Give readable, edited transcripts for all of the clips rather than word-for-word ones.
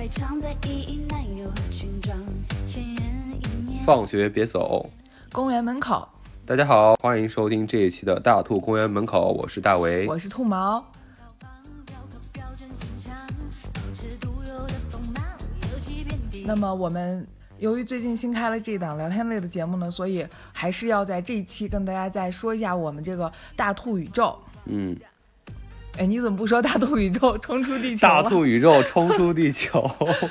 放学别走， 公园门口。 大家好，欢迎收听这一期的大兔公园门口，我是大为， 我是兔毛。那么我们由于最近新开了这档聊天类的节目呢，所以还是要在这一期跟大家再说一下我们这个大兔宇宙。哎，你怎么不说大兔宇宙冲出地球了？ 大兔宇宙冲出地球。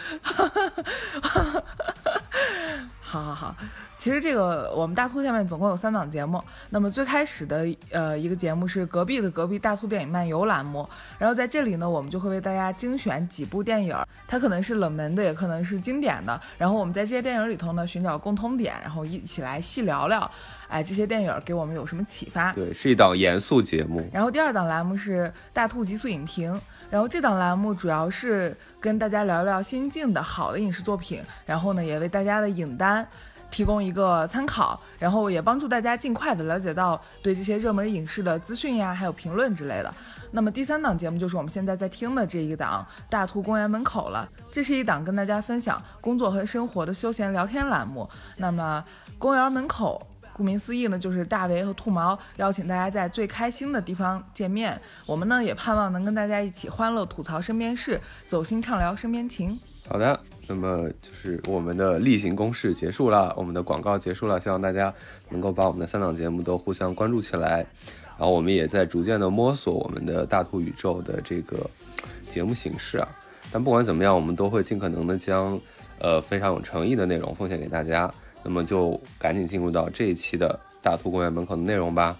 好，其实这个我们大兔下面总共有3档节目。那么最开始的一个节目是隔壁的隔壁大兔电影漫游栏目，然后在这里呢，我们就会为大家精选几部电影，它可能是冷门的，也可能是经典的，然后我们在这些电影里头呢寻找共通点，然后一起来细聊聊，哎，这些电影给我们有什么启发。 对，是一档严肃节目。 然后第2档栏目是大兔极速影评，然后这档栏目主要是跟大家聊聊新晋的好的影视作品，然后呢也为大家的影单提供一个参考，然后也帮助大家尽快的了解到对这些热门影视的资讯呀，还有评论之类的。那么第3档节目就是我们现在在听的这一档大兔公园门口了，这是一档跟大家分享工作和生活的休闲聊天栏目。那么公园门口顾名思义呢，就是大为和兔毛邀请大家在最开心的地方见面，我们呢也盼望能跟大家一起欢乐吐槽身边事，走心畅聊身边情。 好的，那么就是我们的例行公事结束了，我们的广告结束了，希望大家能够把我们的3档节目都互相关注起来，然后我们也在逐渐的摸索我们的大兔宇宙的这个节目形式啊。但不管怎么样，我们都会尽可能的将非常有诚意的内容奉献给大家。那么就赶紧进入到这一期的大兔公园门口的内容吧。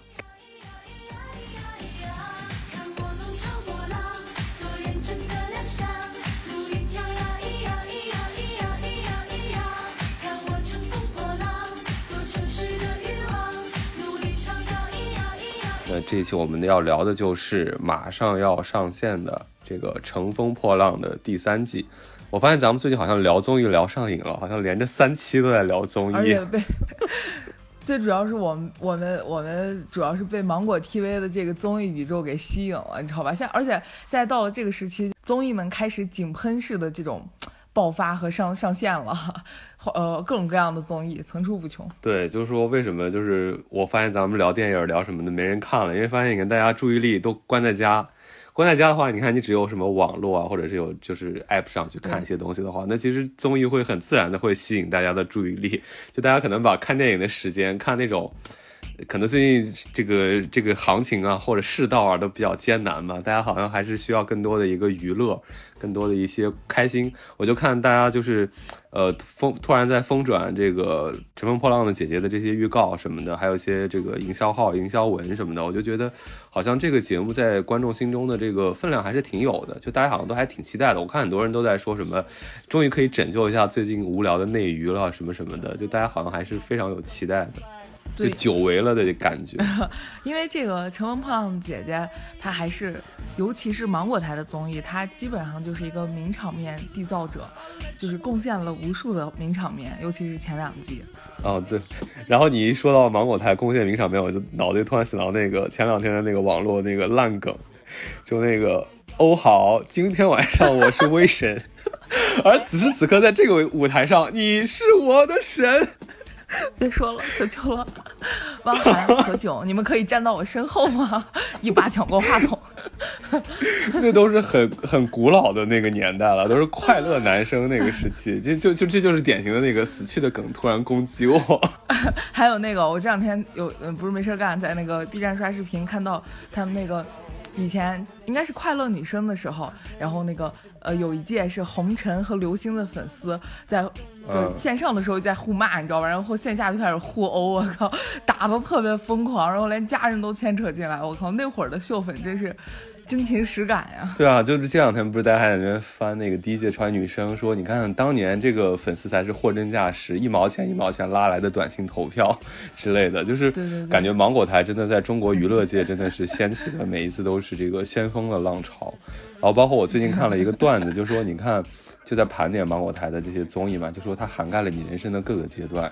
那这一期我们要聊的就是马上要上线的这个《乘风破浪》的第3季。我发现咱们最近好像聊综艺聊上瘾了，好像连着3期都在聊综艺， 而且最主要是我们主要是被芒果 TV 的这个综艺宇宙给吸引了，你知道吧？而且现在到了这个时期，综艺们开始井喷式的这种爆发和上线了，各种各样的综艺层出不穷。对， 就是说为什么就是我发现咱们聊电影聊什么的没人看了，因为发现你跟大家注意力都关在家的话，你看你只有什么网络啊，或者是有就是 app 上去看一些东西的话，那其实综艺会很自然的会吸引大家的注意力，就大家可能把看电影的时间看那种可能最近这个行情啊或者世道啊都比较艰难嘛，大家好像还是需要更多的一个娱乐，更多的一些开心。我就看大家就是突然在疯转这个乘风破浪的姐姐的这些预告什么的，还有一些这个营销号营销文什么的，我就觉得好像这个节目在观众心中的这个分量还是挺有的，就大家好像都还挺期待的。我看很多人都在说什么终于可以拯救一下最近无聊的内娱了什么什么的，就大家好像还是非常有期待的，就久违了的感觉。 因为这个乘风破浪的姐姐她还是尤其是芒果台的综艺，她基本上就是一个名场面缔造者，就是贡献了无数的名场面，尤其是前2季。 哦对，然后你一说到芒果台贡献名场面，我就脑袋突然想到那个前2天的那个网络那个烂梗，就那个欧豪今天晚上我是威神而此时此刻在这个舞台上你是我的神。 别说了，求求了，汪涵何炅，你们可以站到我身后吗？一把抢过话筒。 那都是很古老的那个年代了，都是快乐男生那个时期，这就是典型的那个死去的梗突然攻击我。 还有那个我这2天不是没事干，在那个 B 站刷视频看到他们那个以前应该是快乐女生的时候，然后那个有一届是红尘和刘星的粉丝在线上的时候在互骂，你知道吧？然后线下就开始互殴，我靠，打得特别疯狂，然后连家人都牵扯进来，我靠，那会儿的秀粉真是真情实感呀。 对啊，就是这2天不是大家还在那边翻那个第1届超级女声，说你看当年这个粉丝才是货真价实1毛钱1毛钱拉来的短信投票之类的，就是感觉芒果台真的在中国娱乐界真的是掀起的每一次都是这个先锋的浪潮。然后包括我最近看了一个段子，就说你看就在盘点芒果台的这些综艺嘛，就说它涵盖了你人生的各个阶段，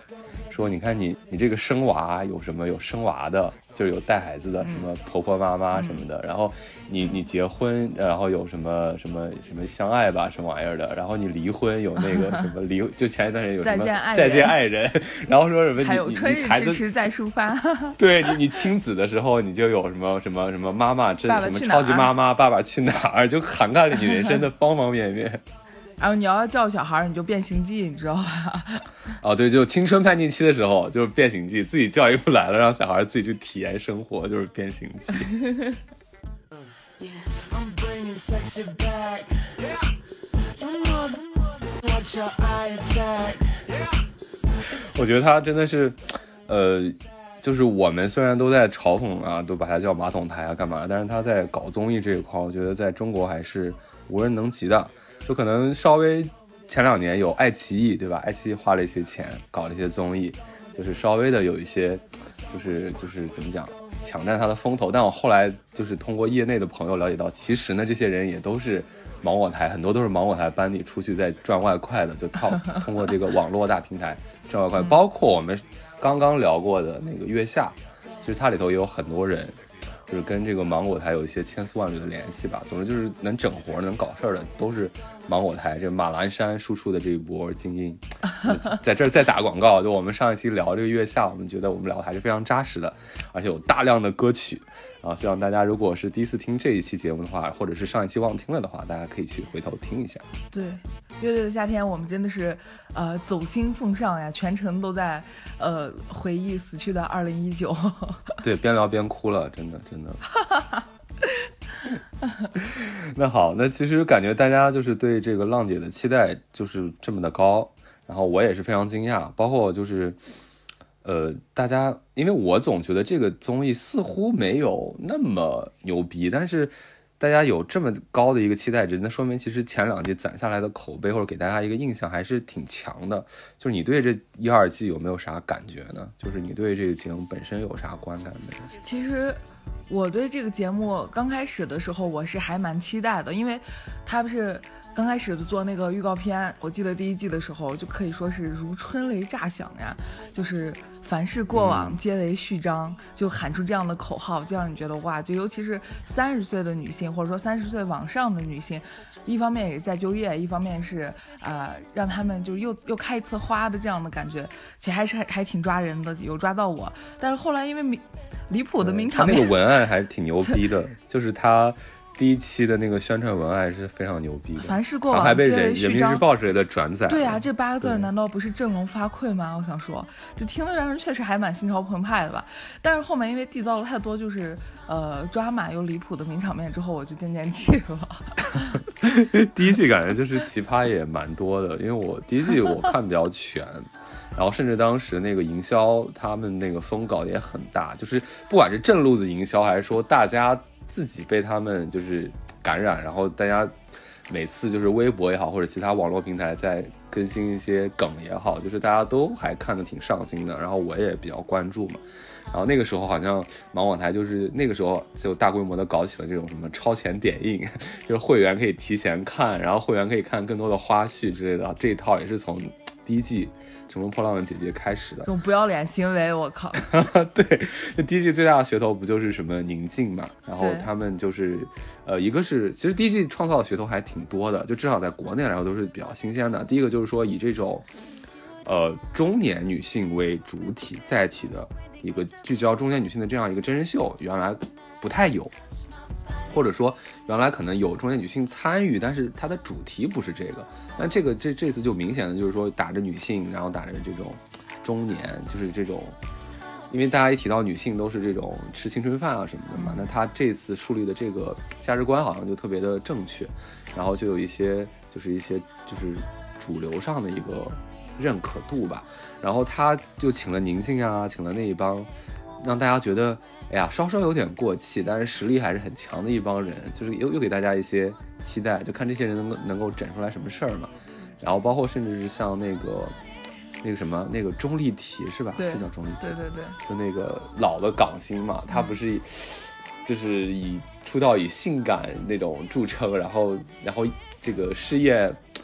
说你看你这个生娃有什么，有生娃的，就是有带孩子的，什么婆婆妈妈什么的，然后你结婚，然后有什么相爱吧什么玩意儿的，然后你离婚有那个什么离，就前一段时间有什么再见爱人，然后说什么还有春日迟迟在抒发， 对你亲子的时候你就有什么妈妈真什么超级妈妈，爸爸去哪儿，就涵盖了你人生的方方面面。 然后你要教小孩你就变形记，你知道吧？ 哦，对，就青春叛逆期的时候就是变形记，自己教育不来了，让小孩自己去体验生活，就是变形记。我觉得他真的是就是我们虽然都在嘲讽啊，都把它叫马桶台啊干嘛，但是他在搞综艺这一块，我觉得在中国还是无人能及的。就可能稍微前2年有爱奇艺，对吧？爱奇艺花了一些钱搞了一些综艺，就是稍微的有一些就是怎么讲，抢占他的风头。但我后来就是通过业内的朋友了解到，其实呢这些人也都是芒果台，很多都是芒果台班底出去在赚外快的，就通过这个网络大平台赚外快。包括我们刚刚聊过的那个月下，其实它里头也有很多人就是跟这个芒果台有一些千丝万缕的联系吧。总之就是能整活能搞事儿的都是芒果台这马栏山输出的这一波精英。在这儿再打广告，就我们上一期聊这个月下，我们觉得我们聊的还是非常扎实的，而且有大量的歌曲啊。希望大家如果是第一次听这一期节目的话，或者是上一期忘听了的话，大家可以去回头听一下。 对，乐队的夏天我们真的是走心奉上呀，全程都在回忆死去的2019。 对，边聊边哭了，真的那好，那其实感觉大家就是对这个浪姐的期待就是这么的高，然后我也是非常惊讶，包括就是大家，因为我总觉得这个综艺似乎没有那么牛逼，但是大家有这么高的一个期待值，那说明其实前2季攒下来的口碑或者给大家一个印象还是挺强的。就是你对这1、2季有没有啥感觉呢？就是你对这个节目本身有啥观感没？ 其实我对这个节目刚开始的时候我是还蛮期待的，因为他不是刚开始做那个预告片，我记得第1季的时候就可以说是如春雷炸响呀，就是凡是过往皆为序章，就喊出这样的口号，就让你觉得哇，就尤其是30岁的女性，或者说30岁往上的女性，一方面也是在就业，一方面是让他们就又开一次花的这样的感觉，且还挺抓人的，有抓到我。但是后来因为离谱的名场面， 他那个文案还是挺牛逼的，就是他第1期的那个宣传文案是非常牛逼的， 凡是过往还被人民日报之类的转载。 对啊，这8个字难道不是振聋发聩吗？我想说，就听得让人确实还蛮心潮澎湃的吧。但是后面因为缔造了太多就是抓马又离谱的名场面之后，我就渐渐气了。 第1季感觉就是奇葩也蛮多的，因为我第1季我看比较全。然后甚至当时那个营销他们那个风搞得也很大，就是不管是正路子营销还是说大家自己被他们就是感染，然后大家每次就是微博也好或者其他网络平台在更新一些梗也好，就是大家都还看得挺上心的，然后我也比较关注嘛。然后那个时候好像芒果台就是那个时候就大规模的搞起了这种什么超前点映，就是会员可以提前看，然后会员可以看更多的花絮之类的，这一套也是从第1季乘风破浪的姐姐开始的， 这种不要脸行为，我靠！ 对，那第1季最大的噱头不就是什么宁静嘛？然后他们就是一个是其实第1季创造的噱头还挺多的，就至少在国内来说都是比较新鲜的。第一个就是说以这种中年女性为主体载体的一个聚焦中年女性的这样一个真人秀，原来不太有。或者说原来可能有中年女性参与，但是它的主题不是这个。那这次就明显的就是说打着女性，然后打着这种中年，就是这种，因为大家一提到女性都是这种吃青春饭啊什么的嘛，那他这次树立的这个价值观好像就特别的正确，然后就有一些就是主流上的一个认可度吧。然后他就请了宁静啊，请了那一帮让大家觉得哎呀稍稍有点过气，但是实力还是很强的一帮人，就是又给大家一些期待，就看这些人能够整出来什么事儿嘛。然后包括甚至是像那个什么那个钟丽缇是吧？ 对， 是叫钟丽缇， 对对对， 就那个老的港星嘛，他不是就是以出道以性感那种著称，然后这个事业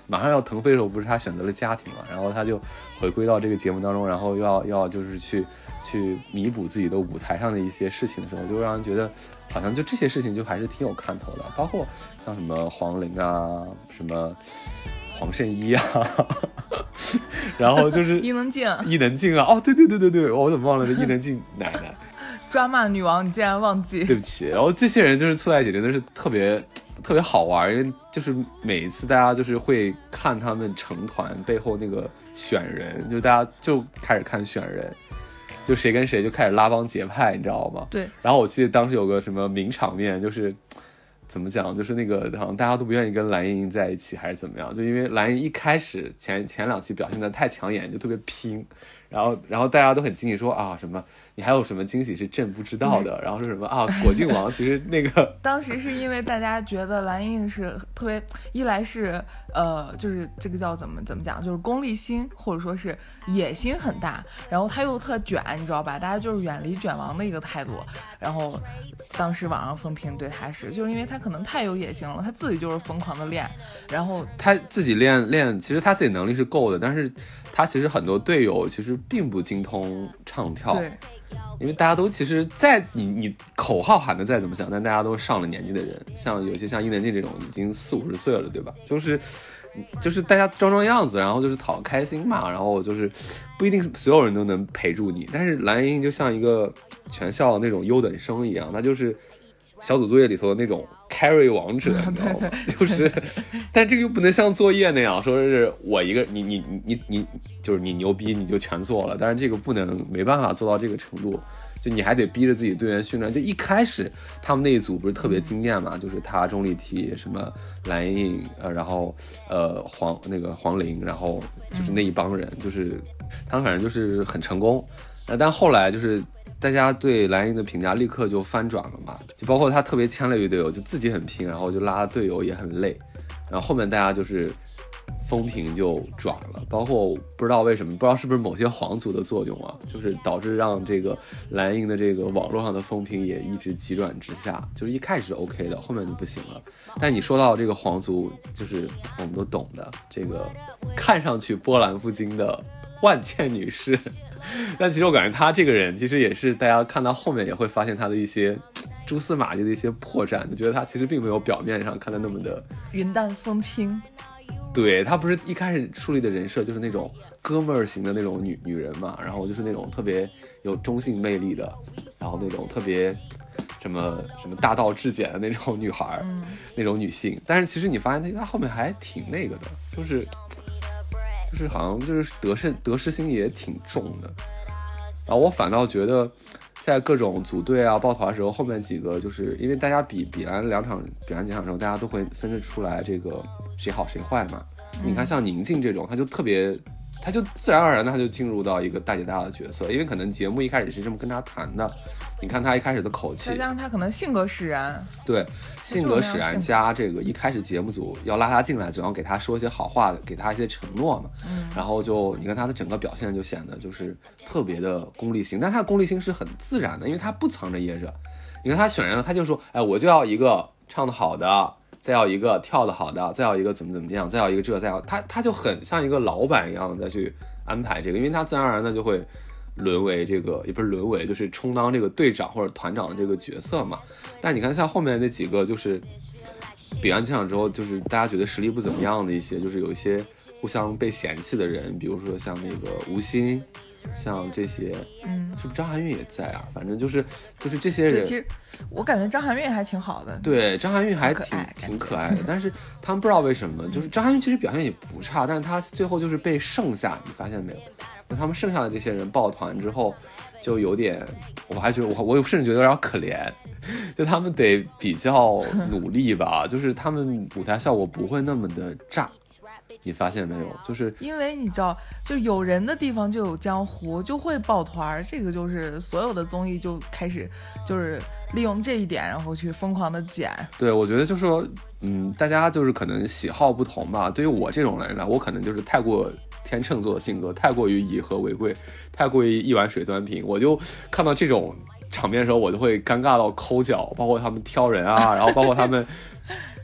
马上要腾飞的时候，不是他选择了家庭嘛，然后他就回归到这个节目当中，然后要就是去弥补自己的舞台上的一些事情的时候，就让人觉得好像就这些事情就还是挺有看头的，包括像什么黄龄啊，什么黄圣依啊，然后就是伊能静啊，哦，对，我怎么忘了这伊能静奶奶。 抓骂女王，你竟然忘记？ 对不起，然后这些人就是凑在一起，真的是特别好玩，因为就是每一次大家就是会看他们成团背后那个选人，就大家就开始看选人，就谁跟谁就开始拉帮结派，你知道吗？ 对。 然后我记得当时有个什么名场面，就是怎么讲，就是那个好像大家都不愿意跟蓝盈莹在一起，还是怎么样？就因为蓝盈莹一开始前2期表现的太抢眼，就特别拼。然后大家都很惊喜说啊什么你还有什么惊喜是朕不知道的，然后说什么啊果郡王其实那个当时是因为大家觉得蓝盈莹是特别，一来是就是这个叫怎么讲，就是功利心或者说是野心很大，然后他又特卷，你知道吧？大家就是远离卷王的一个态度。然后当时网上风评对他是，就是因为他可能太有野心了，他自己就是疯狂的练，然后他自己练，其实他自己能力是够的，但是他其实很多队友其实并不精通唱跳。 对。 因为大家都其实在你口号喊的再怎么响，但大家都上了年纪的人，像有些像伊能静这种已经40-50岁了，对吧？就是大家装样子，然后就是讨开心嘛，然后就是不一定所有人都能陪住你。但是蓝盈莹就像一个全校那种优等生一样，她就是小组作业里头的那种 carry 王者，你知道吗？就是，但这个又不能像作业那样说是我一个你就是你牛逼你就全做了，但是这个不能没办法做到这个程度，就你还得逼着自己队员训练。就一开始他们那一组不是特别惊艳嘛，就是他钟丽缇什么蓝盈莹然后黄龄，然后就是那一帮人，就是他们反正就是很成功。但后来就是大家对蓝盈莹的评价立刻就翻转了嘛，就包括他特别牵累于队友，就自己很拼，然后就拉队友也很累，然后后面大家就是风评就转了，包括不知道为什么，不知道是不是某些皇族的作用啊，就是导致让这个蓝盈莹的这个网络上的风评也一直急转直下，就是一开始是 OK 的，后面就不行了。但你说到这个皇族，就是我们都懂的，这个看上去波澜不惊的万茜女士，但其实我感觉她这个人其实也是大家看到后面也会发现她的一些蛛丝马迹的一些破绽，就觉得她其实并没有表面上看的那么的云淡风轻。 对，她不是一开始树立的人设就是那种哥们儿型的那种女人嘛，然后就是那种特别有中性魅力的，然后那种特别什么大道至简的那种女孩，那种女性。但是其实你发现她后面还挺那个的，就是好像就是得失心也挺重的。然后我反倒觉得在各种组队啊抱团的时候，后面几个就是因为大家比完两场几场之后，大家都会分得出来这个谁好谁坏嘛。你看像宁静这种，他就自然而然的他就进入到一个大姐大的角色，因为可能节目一开始是这么跟他谈的。你看他一开始的口气， 再加上他可能性格使然， 对，性格使然加这个一开始节目组要拉他进来，总要给他说一些好话，给他一些承诺嘛。然后就你看他的整个表现就显得就是特别的功利心，但他的功利心是很自然的，因为他不藏着掖着。你看他选人了，他就说，哎，我就要一个唱得好的，再要一个跳得好的，再要一个怎么样，再要一个再要他就很像一个老板一样的去安排这个，因为他自然而然的就会沦为这个，也不是沦为，就是充当这个队长或者团长的这个角色嘛。但你看像后面那几个就是比完这场之后，就是大家觉得实力不怎么样的一些，就是有一些互相被嫌弃的人，比如说像那个吴昕，像这些，是不是张含韵也在啊？反正就是这些人。 其实我感觉张含韵还挺好的。 对，张含韵还挺可爱的，但是他们不知道为什么，就是张含韵其实表现也不差，但是他最后就是被剩下，你发现没有？那他们剩下的这些人抱团之后，就有点，我还觉得我甚至觉得有点可怜，就他们得比较努力吧，就是他们舞台效果不会那么的炸。你发现没有？就是因为你知道，就有人的地方就有江湖，就会抱团，这个就是所有的综艺就开始就是利用这一点，然后去疯狂的剪。 对，我觉得就是说，大家就是可能喜好不同吧。对于我这种人来，我可能就是太过天秤座的性格，太过于以和为贵，太过于一碗水端平。我就看到这种场面的时候，我就会尴尬到抠脚，包括他们挑人啊，然后包括他们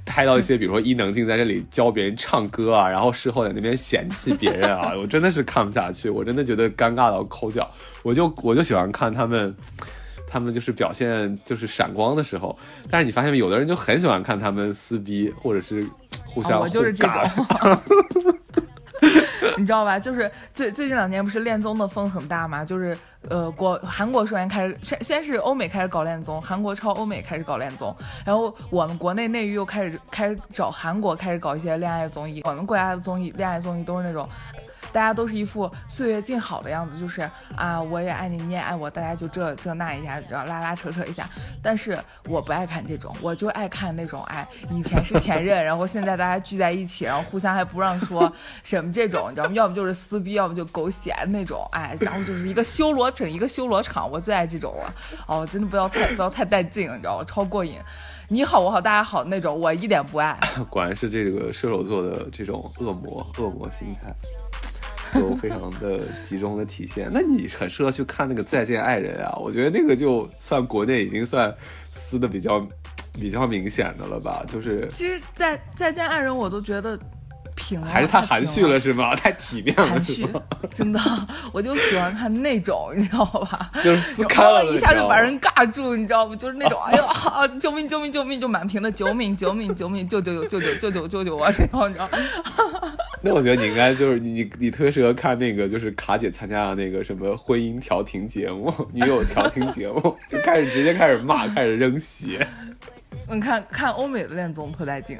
拍到一些比如说伊能静在这里教别人唱歌啊，然后事后在那边嫌弃别人啊，我真的是看不下去，我真的觉得尴尬到抠脚。我就喜欢看他们就是表现就是闪光的时候，但是你发现有的人就很喜欢看他们撕逼或者是互相互尬。 我就是这种你知道吧？就是最近2年不是恋综的风很大嘛？就是韩国首先开始，先是欧美开始搞恋综，韩国超欧美开始搞恋综，然后我们国内内娱又开始找韩国开始搞一些恋爱综艺。我们国家的综艺恋爱综艺都是那种大家都是一副岁月静好的样子，就是啊我也爱你你也爱我，大家就这那一下，然后拉拉扯扯一下。但是我不爱看这种，我就爱看那种以前是前任然后现在大家聚在一起，然后互相还不让说什么这种，你知道吗？要么就是撕逼，要么就狗血那种，然后就是一个修罗场，我最爱这种了。哦，真的不要太带劲，你知道吗？超过瘾。你好我好大家好那种，我一点不爱。 果然是这个射手座的这种恶魔心态就非常的集中的体现。那你很适合去看那个再见爱人啊，我觉得那个就算国内已经算撕的比较明显的了吧。就是其实再见爱人我都觉得平了， 还是太含蓄了是吗？太体面了是吗？ 真的，我就喜欢看那种，你知道吧？ 就是撕开了一下就把人尬住，你知道吗？就是那种哎呦救命救命救命，就满屏的救命救命救命救救我这样，你知道。 那我觉得你应该就是你特别适合看那个，就是卡姐参加的那个什么婚姻调停节目、女友调停节目，就直接开始骂，开始扔血。 你看欧美的恋综特带劲。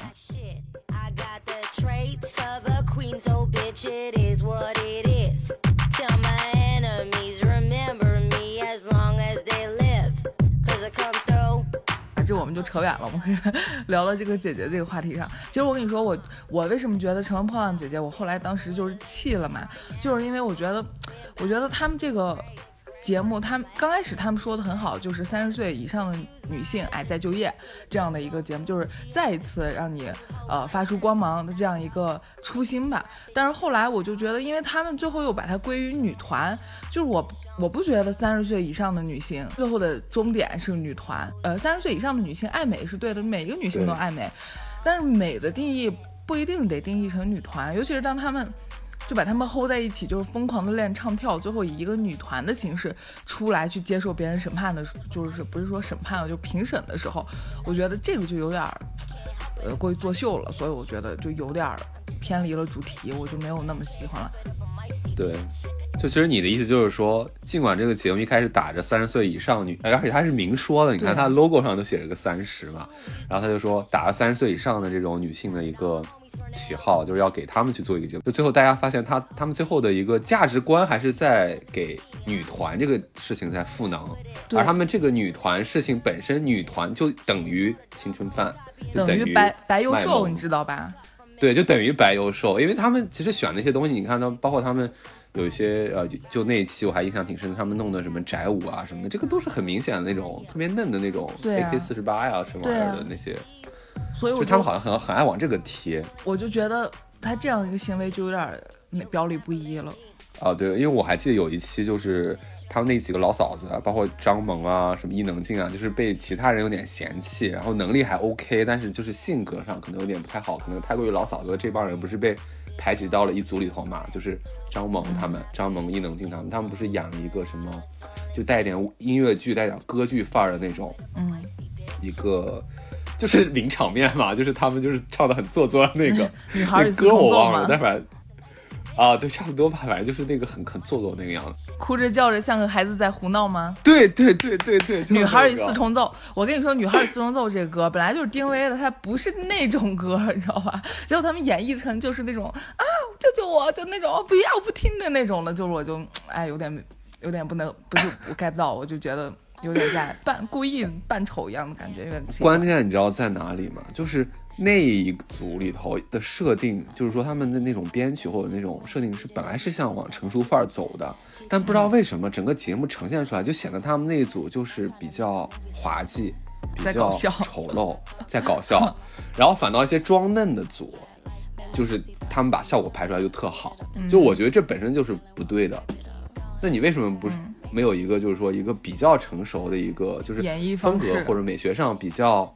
这我们就扯远了，我们可以聊到这个姐姐这个话题上。其实我跟你说，我为什么觉得乘风破浪姐姐，我后来当时就是气了嘛，就是因为我觉得他们这个节目，他们刚开始他们说的很好，就是30岁以上的女性再就业这样的一个节目，就是再一次让你发出光芒的这样一个初心吧。但是后来我就觉得，因为他们最后又把它归于女团，就是我不觉得30岁以上的女性最后的终点是女团。30岁以上的女性爱美是对的，每一个女性都爱美，但是美的定义不一定得定义成女团，尤其是当他们就把他们 hold 在一起，就是疯狂的练唱跳，最后以一个女团的形式出来去接受别人审判的，就是不是说审判，就评审的时候，我觉得这个就有点过于作秀了，所以我觉得就有点偏离了主题，我就没有那么喜欢了。 对，就其实你的意思就是说，尽管这个节目一开始打着30岁以上女，而且他是明说的，你看他 logo 上都写着个30嘛，然后他就说打了30岁以上的这种女性的一个旗号，就是要给他们去做一个节目。就最后大家发现他们最后的一个价值观还是在给女团这个事情在赋能，而他们这个女团事情本身，女团就等于青春饭，就等于白幼瘦，你知道吧？ 对，就等于白幼瘦，因为他们其实选那些东西，你看到包括他们有一些就那一期我还印象挺深的，他们弄的什么宅舞啊什么的，这个都是很明显的那种特别嫩的那种 AK48 呀什么玩意儿的那些， 所以就他们好像很爱往这个贴。 我就觉得他这样一个行为就有点表里不一了。 对，因为我还记得有一期就是他们那几个老嫂子，包括张萌啊什么伊能静啊，就是被其他人有点嫌弃，然后能力还 OK， 但是就是性格上可能有点不太好，可能太过于老嫂子，这帮人不是被排挤到了一组里头嘛，就是张萌他们，张萌伊能静他们不是演了一个什么就带一点音乐剧带点歌剧范儿的那种一个就是名场面嘛，就是他们就是唱的很做作的那个女孩那歌我忘了，但反正对，差不多吧，反正就是那个很做作那个样子， 哭着叫着像个孩子在胡闹吗？ 对， 女孩与四重奏，我跟你说，女孩与四重奏这个歌本来就是丁薇的，它不是那种歌，你知道吧？结果他们演绎成就是那种救救我，就那种不要不听的那种的，就是我就有点不是我 get 到，我就觉得有点在故意扮丑一样的感觉，有点气。 关键你知道在哪里吗？就是那一组里头的设定，就是说他们的那种编曲或者那种设定是本来是向往成熟范儿走的，但不知道为什么整个节目呈现出来就显得他们那一组就是比较滑稽，比较丑陋，在搞笑，然后反倒一些装嫩的组，就是他们把效果拍出来就特好，就我觉得这本身就是不对的。那你为什么不是没有一个就是说一个比较成熟的一个就是演绎风格或者美学上比较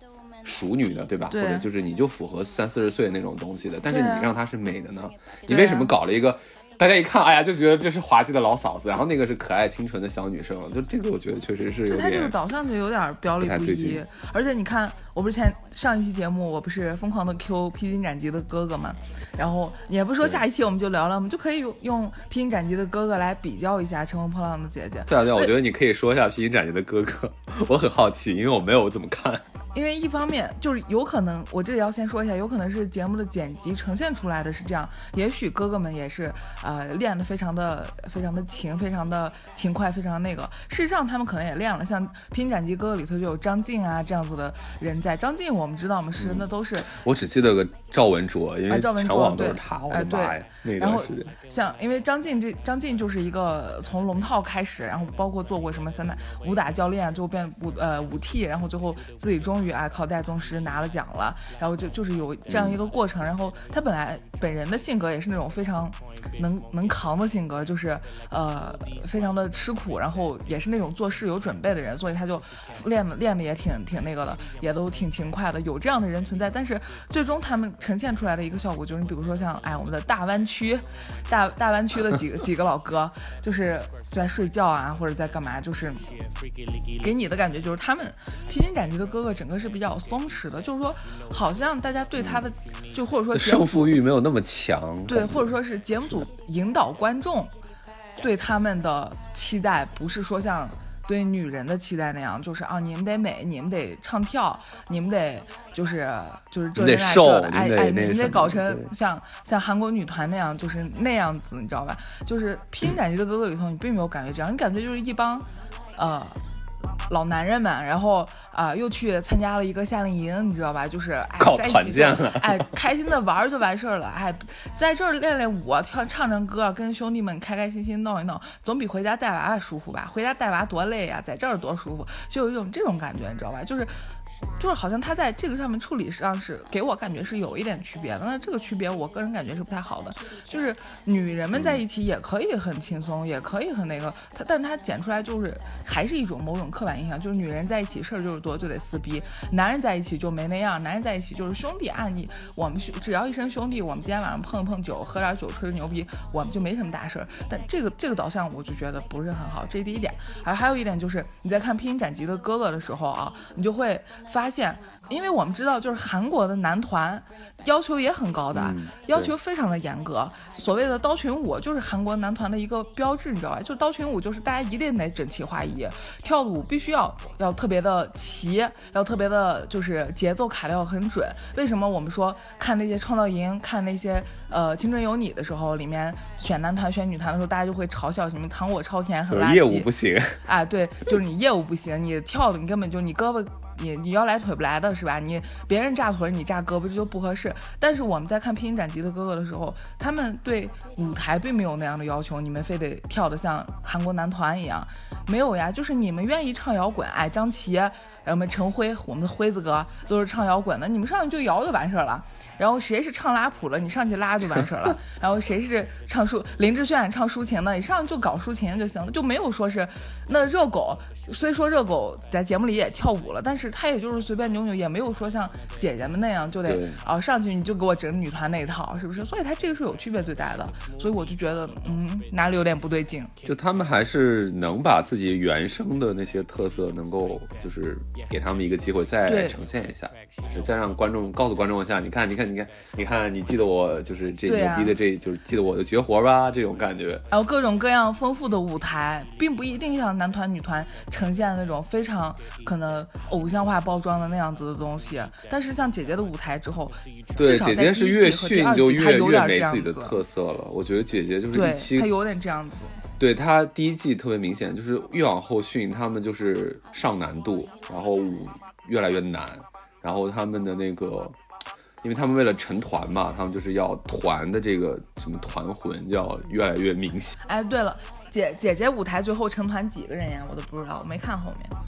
熟女的，对吧？ 对或者就是你就符合30-40岁那种东西的，但是你让她是美的呢？你对啊为什么搞了一个？大家一看，哎呀，就觉得这是滑稽的老嫂子，然后那个是可爱清纯的小女生，就这个我觉得确实是有点。 他这个导向就有点表里不一，而且你看，我不是上一期节目我不是疯狂的 Q 披荆斩棘的哥哥嘛，然后也不是说下一期我们就聊聊，我们就可以用披荆斩棘的哥哥来比较一下乘风破浪的姐姐。 对啊，我觉得你可以说一下披荆斩棘的哥哥，我很好奇，因为我没有怎么看。 因为一方面就是有可能，我这里要先说一下，有可能是节目的剪辑呈现出来的是这样，也许哥哥们也是练得非常的勤，非常的勤快，非常那个。事实上他们可能也练了，像《披荆斩棘哥哥》里头就有张晋啊这样子的人在。张晋我们知道嘛，是那都是我只记得个赵文卓，因为全网都是他，我的妈呀！那段时间， 像因为张晋就是一个从龙套开始，然后包括做过什么3代武打教练，最后变武替，然后最后自己终于考戴宗师拿了奖了，然后就是有这样一个过程。然后他本人的性格也是那种非常能扛的性格，就是非常的吃苦，然后也是那种做事有准备的人，所以他就练的也挺那个的，也都挺勤快的，有这样的人存在。但是最终他们呈现出来的一个效果就是，你比如说像我们的大湾区的几个老哥，就是在睡觉啊或者在干嘛，就是给你的感觉就是他们披荆斩棘的哥哥整个是比较松弛的，就是说好像大家对他的就或者说胜负欲没有那么强， 对，或者说是节目组引导观众对他们的期待不是说像对女人的期待那样，就是你们得美，你们得唱跳，你们得就是这人爱这的，你们得搞成像韩国女团那样，就是那样子，你知道吧？就是披荆斩棘的哥哥里头，你并没有感觉这样，你感觉就是一帮老男人们，然后又去参加了一个夏令营，你知道吧？就是搞团建了， 开心的玩就完事儿了，在这儿练舞，唱歌，跟兄弟们开开心心闹一闹，总比回家带娃舒服吧？回家带娃多累呀，在这儿多舒服，就有一种这种感觉，你知道吧？就是好像他在这个上面处理上是给我感觉是有一点区别的，那这个区别我个人感觉是不太好的。就是女人们在一起也可以很轻松，也可以很那个，但是他剪出来就是还是一种某种刻板印象，就是女人在一起事儿就是多，就得撕逼，男人在一起就没那样，男人在一起就是兄弟我们只要一声兄弟，我们今天晚上碰碰酒，喝点酒，吹吹牛逼，我们就没什么大事儿。但这个导向我就觉得不是很好，这是第一点。还有一点就是你在看披荆斩棘的哥哥的时候你就会发现，因为我们知道就是韩国的男团要求也很高的，要求非常的严格。所谓的刀群舞就是韩国男团的一个标志，你知道吧？就刀群舞就是大家一定得整齐划一，跳舞必须要特别的齐，要特别的就是节奏卡调很准。为什么我们说看那些创造营，看那些青春有你的时候，里面选男团选女团的时候，大家就会嘲笑什么糖果超甜很垃圾， 业务不行对，就是你业务不行，你跳的你根本就你胳膊你腰来腿不来的是吧？你别人炸腿你炸胳膊这就不合适。但是我们在看披荆斩棘的哥哥的时候，他们对舞台并没有那样的要求，你们非得跳得像韩国男团一样，没有呀，就是你们愿意唱摇滚，张琪我们陈辉，我们的辉子哥都是唱摇滚的，你们上去就摇就完事儿了。然后谁是唱拉普了，你上去拉就完事儿了。然后谁是唱林志炫唱抒情的，你上去就搞抒情就行了，就没有说是那热狗。虽说热狗在节目里也跳舞了，但是他也就是随便扭扭，也没有说像姐姐们那样就得上去你就给我整女团那一套，是不是？所以他这个是有区别对待的，所以我就觉得哪里有点不对劲。 就他们还是能把自己原生的那些特色能够就是给他们一个机会再呈现一下，就是再让观众告诉观众一下，你看你记得我就是这牛逼的就是记得我的绝活吧，这种感觉。 还有各种各样丰富的舞台，并不一定像男团女团呈现那种非常可能偶像化包装的那样子的东西，但是像姐姐的舞台之后， 对，姐姐是越训就越没自己的特色了。我觉得姐姐就是一期， 她有点这样子。 对，她第一季特别明显，就是越往后训，他们就是上难度，然后舞越来越难，然后他们的那个。因为他们为了成团嘛，他们就是要团的这个什么团魂就要越来越明显。 对了，姐姐舞台最后成团几个人呀？我都不知道，我没看后面。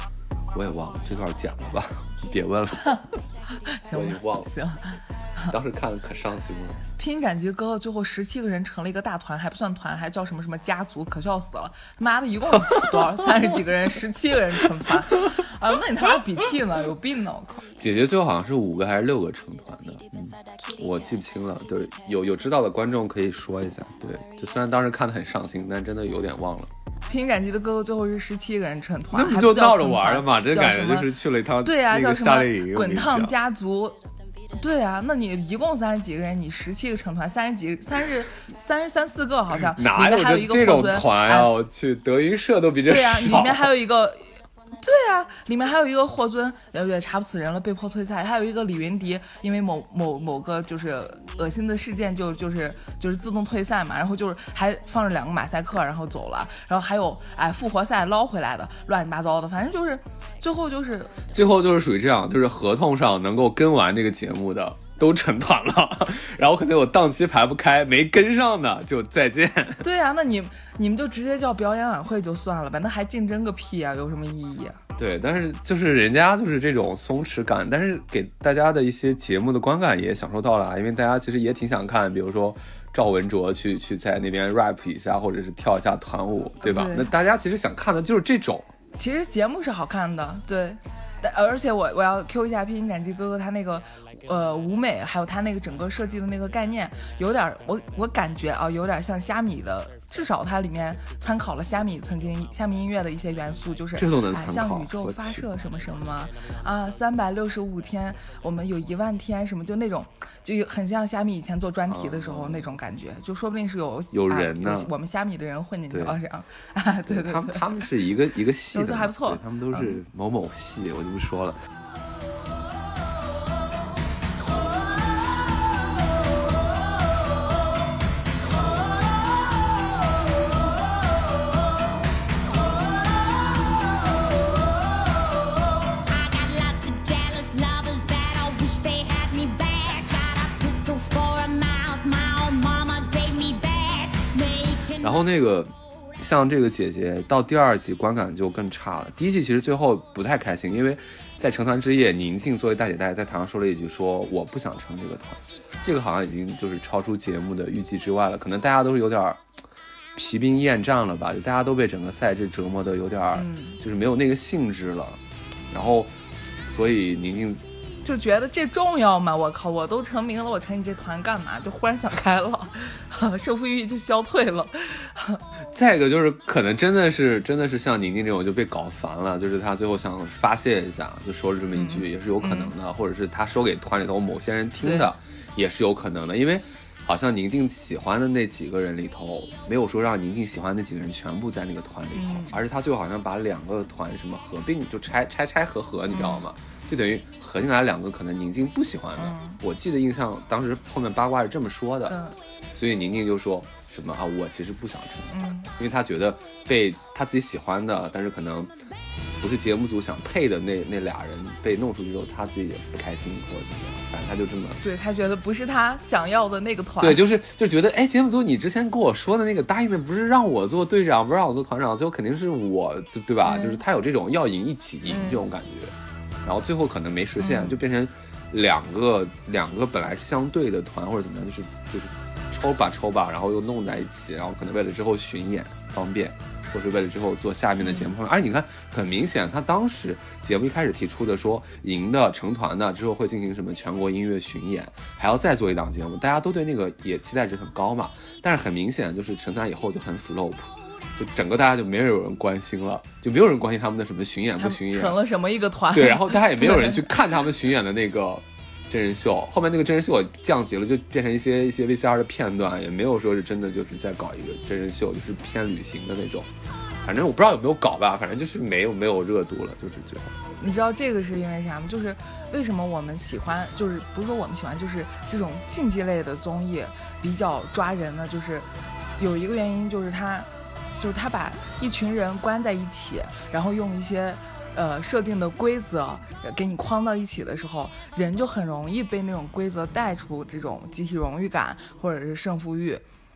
我也忘了这段剪了吧，别问了，我已经忘了。 行， 当时看的可伤心了。 披荆斩棘哥哥最后17个人成了一个大团，还不算团，还叫什么什么家族，可笑死了！妈的，一共多少30几个人，17个人成团啊？那你他妈比屁呢？有病呢！我靠！ 姐姐最后好像是5个还是6个成团的，我记不清了。对，有知道的观众可以说一下。对，就虽然当时看得很伤心，但真的有点忘了。 披荆斩棘的哥哥最后是17个人成团， 那不就闹着玩的吗？这感觉就是去了一趟对啊， 那个夏令营， 滚烫家族。对啊，那你一共30几个人，你17个成团，33、4个好像， 哪有这种团啊？我去，德云社都比这少。 对啊，里面还有一个。对啊，里面还有一个霍尊，也查不死人了，被迫退赛。还有一个李云迪，因为某个就是恶心的事件就是自动退赛嘛，然后就是还放着2个马赛克，然后走了。然后还有复活赛捞回来的，乱七八糟的，反正就是最后就是属于这样，就是合同上能够跟完这个节目的都成团了，然后可能有档期排不开，没跟上的就再见。 对啊，那你们就直接叫表演晚会就算了吧，那还竞争个屁啊，有什么意义啊？ 对，但是就是人家就是这种松弛感，但是给大家的一些节目的观感也享受到了，因为大家其实也挺想看，比如说赵文卓去在那边 rap 一下，或者是跳一下团舞，对吧？那大家其实想看的就是这种。 其实节目是好看的，对。而且我要 Q 一下披荆斩棘哥哥他那个舞美，还有他那个整个设计的那个概念，有点我感觉啊，有点像虾米的，至少它里面参考了虾米音乐的一些元素，就是这都能参考， 像宇宙发射什么什么啊，365天，我们有10000天什么，就那种就很像虾米以前做专题的时候那种感觉，就说不定是有人呢， 我们虾米的人混进去了这样啊，对， 他们是一个系的， 就还不错， 他们都是某某系，我就不说了。然后那个像这个姐姐到第2季观感就更差了。第1季其实最后不太开心，因为在成团之夜，宁静作为大姐大在台上说了一句说我不想成这个团，这个好像已经就是超出节目的预计之外了，可能大家都是有点疲兵厌战了吧，就大家都被整个赛制折磨的有点就是没有那个兴致了，然后所以宁静就觉得这重要吗？我靠，我都成名了，我成你这团干嘛？就忽然想开了，胜负欲就消退了。 再一个就是可能真的是像宁静这种就被搞烦了，就是他最后想发泄一下，就说了这么一句，也是有可能的，或者是他说给团里头某些人听的，也是有可能的，因为好像宁静喜欢的那几个人里头，没有说让宁静喜欢的那几个人全部在那个团里头，而是他最后好像把2个团什么合并，就拆合，你知道吗？就等于合进来2个可能宁静不喜欢的，我记得印象当时后面八卦是这么说的，所以宁静就说什么啊，我其实不想成，因为他觉得被他自己喜欢的，但是可能不是节目组想配的那2人被弄出去之后，他自己也不开心或者怎么样，反正他就这么， 对，他觉得不是他想要的那个团， 对，就觉得节目组你之前跟我说的那个答应的不是让我做队长，不是让我做团长，最后肯定是我，对吧？就是他有这种要赢一起赢这种感觉。然后最后可能没实现，就变成两个本来是相对的团或者怎么样，就是抽吧，然后又弄在一起，然后可能为了之后巡演方便，或是为了之后做下面的节目方便。而你看，很明显，他当时节目一开始提出的说，赢的成团的之后会进行什么全国音乐巡演，还要再做一档节目，大家都对那个也期待值很高嘛。但是很明显，就是成团以后就很 flop。就整个大家就没有人关心了，就没有人关心他们的什么巡演不巡演， 成了什么一个团？ 对，然后大家也没有人去看他们巡演的那个真人秀。后面那个真人秀降级了，就变成一些 VCR 的片段，也没有说是真的就是在搞一个真人秀，就是偏旅行的那种。反正我不知道有没有搞吧，反正就是没有热度了，就是最后。 你知道这个是因为啥吗？就是为什么我们喜欢，就是不是说我们喜欢，就是这种竞技类的综艺比较抓人呢？就是有一个原因，就是他把一群人关在一起，然后用一些设定的规则给你框到一起的时候，人就很容易被那种规则带出这种集体荣誉感或者是胜负欲。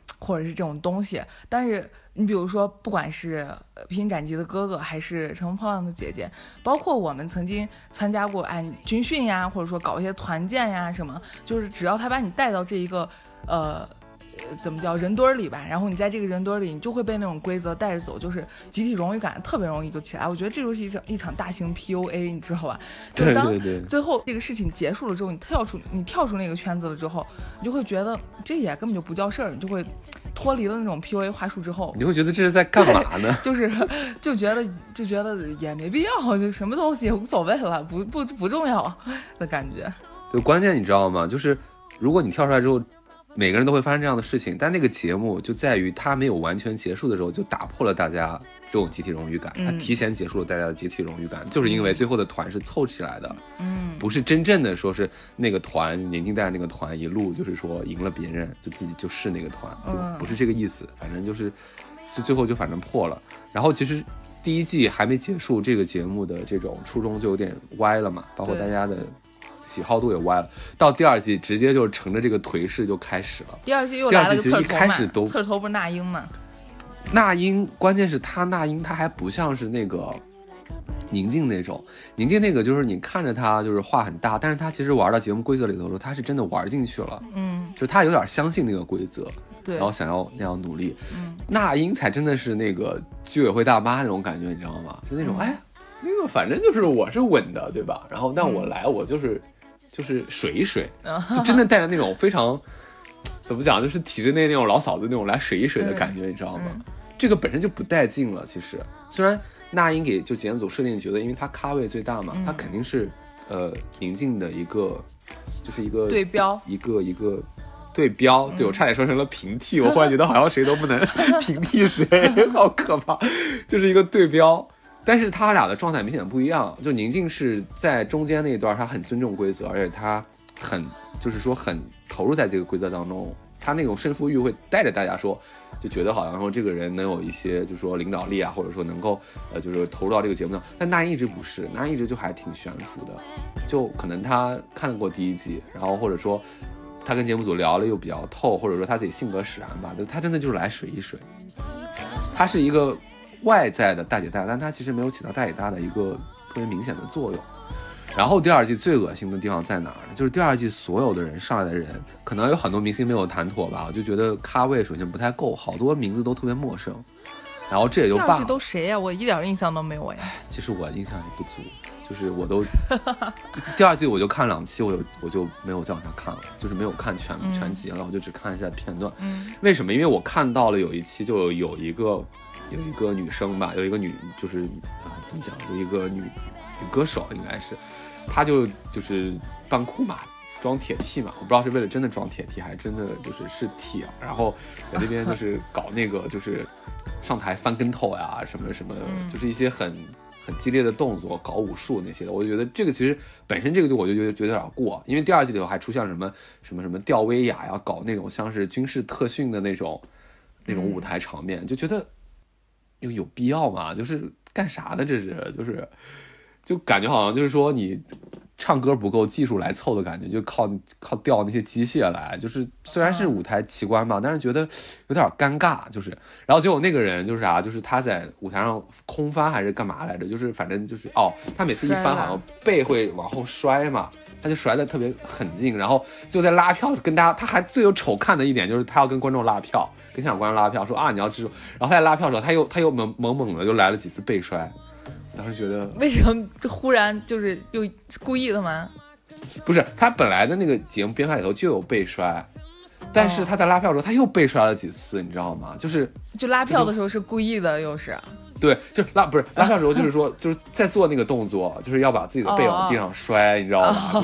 或者是这种东西。但是你比如说，不管是披荆斩棘的哥哥，还是乘风破浪的姐姐，包括我们曾经参加过军训呀，或者说搞一些团建呀什么，就是只要他把你带到这一个怎么叫人堆里吧，然后你在这个人堆里，你就会被那种规则带着走，就是集体荣誉感特别容易就起来。我觉得这就是一场大型 PUA， 你知道吧？就当最后这个事情结束了之后，你跳出那个圈子了之后，你就会觉得这也根本就不叫事儿，你就会脱离了那种 PUA 话术之后， 你会觉得这是在干嘛呢？ 就觉得也没必要，就什么东西也无所谓了，不重要的感觉。 对，关键你知道吗？就是如果你跳出来之后。每个人都会发生这样的事情，但那个节目就在于它没有完全结束的时候，就打破了大家这种集体荣誉感，它提前结束了大家的集体荣誉感，就是因为最后的团是凑起来的，不是真正的说是那个团年轻带那个团一路就是说赢了别人，就自己就是那个团，不是这个意思，反正就最后就反正破了。然后其实第一季还没结束，这个节目的这种初衷就有点歪了嘛，包括大家的喜好度也歪了，到第二季直接就乘着这个颓势就开始了。 第二季又来了个刺儿头嘛， 刺儿头不是那英吗？ 那英关键是那英他还不像是那个宁静那种，宁静那个就是你看着他就是话很大，但是他其实玩到节目规则里头的时候，他是真的玩进去了，就他有点相信那个规则， 对， 然后想要那样努力。那英才真的是那个居委会大妈那种感觉，你知道吗？就那种那个反正就是我是稳的，对吧？然后但我来我就是水一水，就真的带着那种非常怎么讲，就是体制内那种老嫂子那种来水一水的感觉，你知道吗？这个本身就不带劲了。其实虽然那英给就节目组设定觉得，因为他咖位最大嘛，他肯定是宁静的一个就是一个对标， 一个对标。对，我差点说成了平替，我忽然觉得好像谁都不能平替谁，好可怕，就是一个对标。但是他俩的状态明显不一样，就宁静是在中间那一段，他很尊重规则，而且他很投入在这个规则当中，他那种胜负欲会带着大家说，就觉得好像说这个人能有一些就是说领导力啊，或者说能够就是投入到这个节目上。但那一直不是，那一直就还挺悬浮的，就可能他看过第一季，然后或者说他跟节目组聊了又比较透，或者说他自己性格使然吧，就他真的就是来水一水，他是一个外在的大姐大，但它其实没有起到大姐大的一个特别明显的作用。然后第二季最恶心的地方在哪儿呢？就是第二季所有的人上来的人，可能有很多明星没有谈妥吧，我就觉得咖位首先不太够，好多名字都特别陌生。然后这也就罢了。 第二季都谁呀？我一点印象都没有呀。 其实我印象也不足，就是我都第二季我就看2期，我就没有再往下看了，就是没有看全集了，我就只看一下片段。为什么？因为我看到了有一期就有一个女生吧，有一个女就是怎么讲，有一个女歌手应该是，她就是当酷马装铁 T 嘛，我不知道是为了真的装铁 T 还是真的是 T 啊，然后在那边就是搞那个就是上台翻跟头呀什么什么，就是一些很激烈的动作，搞武术那些的。我就觉得这个其实本身这个我就觉得有点过，因为第二季里头还出现了什么吊威亚呀，搞那种像是军事特训的那种舞台场面，就觉得有必要吗？就是干啥呢？这是就感觉好像就是说你唱歌不够，技术来凑的感觉，就靠吊那些机械来，就是虽然是舞台奇观嘛，但是觉得有点尴尬，就是。然后结果那个人就是就是他在舞台上空翻还是干嘛来着？就是反正就是他每次一翻好像背会往后摔嘛，他就摔得特别狠劲，然后就在拉票跟大家，他还最有丑看的一点就是他要跟观众拉票，跟现场观众拉票说你要记住，然后他在拉票的时候他又猛的就来了几次背摔。当时觉得为什么忽然就是又故意的吗？ 不是，他本来的那个节目编排里头就有背摔，但是他在拉票的时候他又背摔了几次，你知道吗？就拉票的时候是故意的，又是对，就不是拉票的时候，就是说就是在做那个动作，就是要把自己的背往地上摔，你知道吧？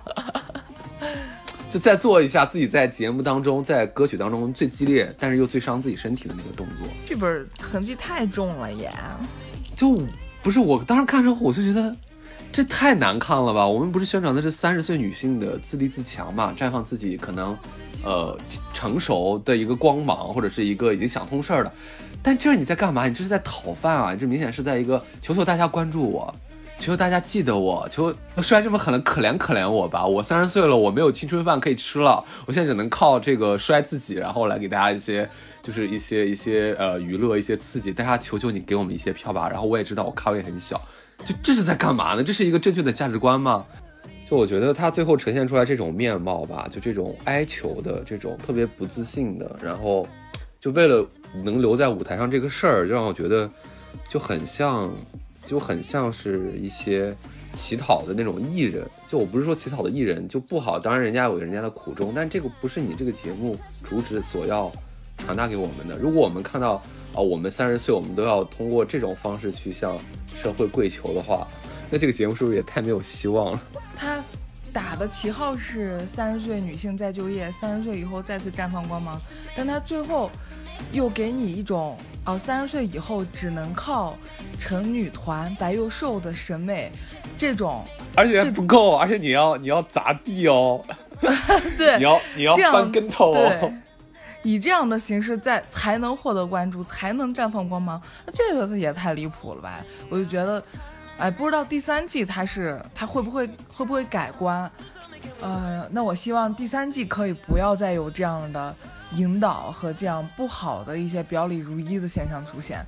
就再做一下自己在节目当中在歌曲当中最激烈但是又最伤自己身体的那个动作。 这本痕迹太重了耶！ 就不是，我当时看之后我就觉得这太难看了吧。我们不是宣传的是30岁女性的自立自强嘛，绽放自己可能成熟的一个光芒，或者是一个已经想通事儿的。但这你在干嘛？你这是在讨饭啊！你这明显是在一个求大家关注我， 求大家记得我，求摔这么狠的可怜我吧，我30岁了，我没有青春饭可以吃了，我现在只能靠这个摔自己，然后来给大家一些就是一些娱乐，一些刺激，大家求求你给我们一些票吧。然后我也知道我咖位很小，就这是在干嘛呢？这是一个正确的价值观吗？就我觉得他最后呈现出来这种面貌吧，就这种哀求的，这种特别不自信的，然后就为了能留在舞台上这个事儿，就让我觉得就很像是一些乞讨的那种艺人。就我不是说乞讨的艺人就不好，当然人家有人家的苦衷，但这个不是你这个节目主旨所要传达给我们的。如果我们看到我们30岁我们都要通过这种方式去向社会跪求的话，那这个节目是不是也太没有希望了？ 他打的旗号是30岁女性再就业，30岁以后再次绽放光芒，但他最后又给你一种30岁以后只能靠成女团白又瘦的审美，这种而且不够，而且你要砸地哦， 对， 你要翻跟头哦， 对，以这样的形式才能获得关注，才能绽放光芒，那这个也太离谱了吧！我就觉得，不知道第3季他会不会改观？那我希望第3季可以不要再有这样的引导和这样不好的一些表里如一的现象出现。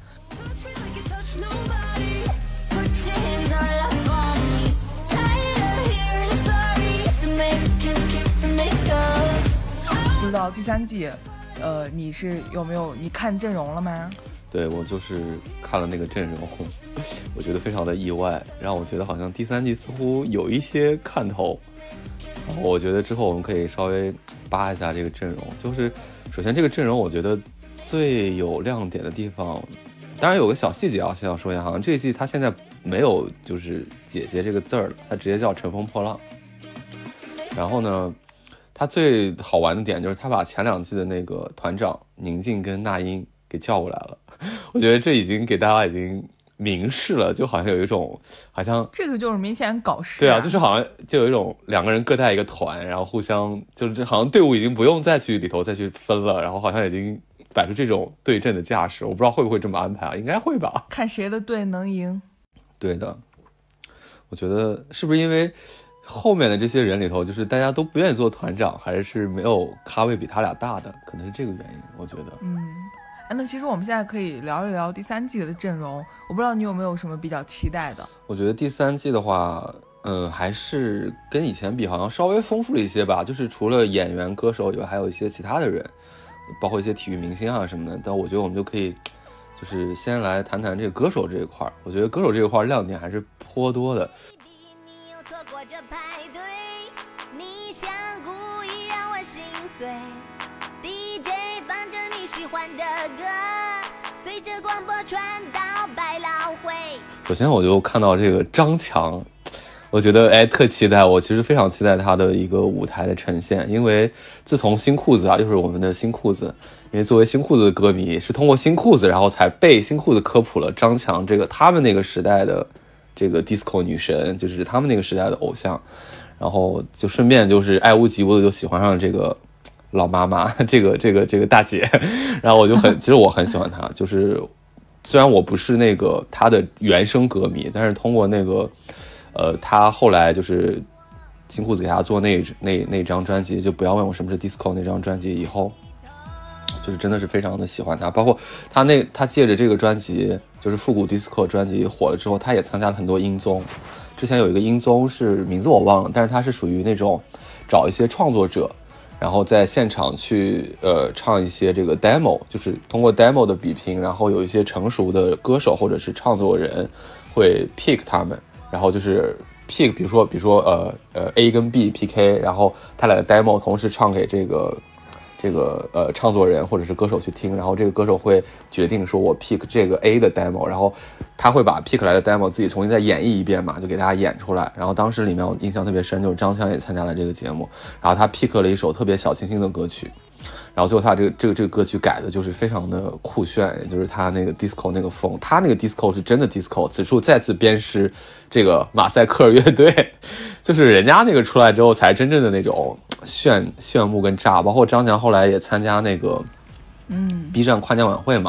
不知道第3季，你看阵容了吗？ 对，我就是看了那个阵容，我觉得非常的意外，让我觉得好像第3季似乎有一些看头。然后我觉得之后我们可以稍微扒一下这个阵容。就是首先这个阵容我觉得最有亮点的地方，当然有个小细节先要说一下，好像这一季他现在没有就是姐姐这个字儿了，他直接叫乘风破浪。然后呢，他最好玩的点就是他把前2季的那个团长宁静跟那英给叫过来了。我觉得这已经给大家已经明示了，就好像有一种好像这个就是明显搞事。 对啊，就是好像就有一种2个人各带一个团，然后互相就是好像队伍已经不用再去里头再去分了，然后好像已经摆出这种对阵的架势。我不知道会不会这么安排啊，应该会吧， 看谁的队能赢。对的，我觉得是不是因为后面的这些人里头，就是大家都不愿意做团长，还是没有咖位比他俩大的，可能是这个原因，我觉得。 那其实我们现在可以聊一聊第3季的阵容，我不知道你有没有什么比较期待的。 我觉得第3季的话还是跟以前比好像稍微丰富了一些吧，就是除了演员歌手以外还有一些其他的人，包括一些体育明星啊什么的。但我觉得我们就可以就是先来谈谈这个歌手这一块，我觉得歌手这一块亮点还是颇多的。 你又错过这派对，你想故意让我心碎， DJ 放着你喜欢的歌，随着广播传到百老汇。 首先我就看到这个张强，我觉得特期待，我其实非常期待他的一个舞台的呈现，因为自从新裤子就是我们的新裤子，因为作为新裤子的歌迷是通过新裤子然后才被新裤子科普了张强这个他们那个时代的这个 disco 女神，就是他们那个时代的偶像，然后就顺便就是爱屋及乌的就喜欢上了这个老妈妈，这个大姐，然后我就其实我很喜欢她，就是虽然我不是那个她的原声歌迷，但是通过那个她后来就是新裤子给她做那张专辑，就不要问我什么是 disco 那张专辑以后，就是真的是非常的喜欢她，包括她借着这个专辑就是复古 disco 专辑火了之后，她也参加了很多音综，之前有一个音综是名字我忘了，但是她是属于那种找一些创作者，然后在现场去唱一些这个 demo， 就是通过 demo 的比拼，然后有一些成熟的歌手或者是创作人会 pick 他们，然后就是 pick 比如说A 跟 B PK， 然后他俩的 demo 同时唱给这个创作人或者是歌手去听，然后这个歌手会决定说我 pick 这个 A 的 demo， 然后他会把 pick 来的 demo 自己重新再演绎一遍嘛，就给大家演出来。然后当时里面我印象特别深，就是张强也参加了这个节目，然后他 pick 了一首特别小清新的歌曲，然后最后他这个歌曲改的就是非常的酷炫，也就是他那个 disco 那个风，他那个 disco 是真的 disco， 此处再次鞭尸这个马赛克乐队，就是人家那个出来之后才真正的那种炫目跟炸，包括张强后来也参加那个B 站跨年晚会嘛，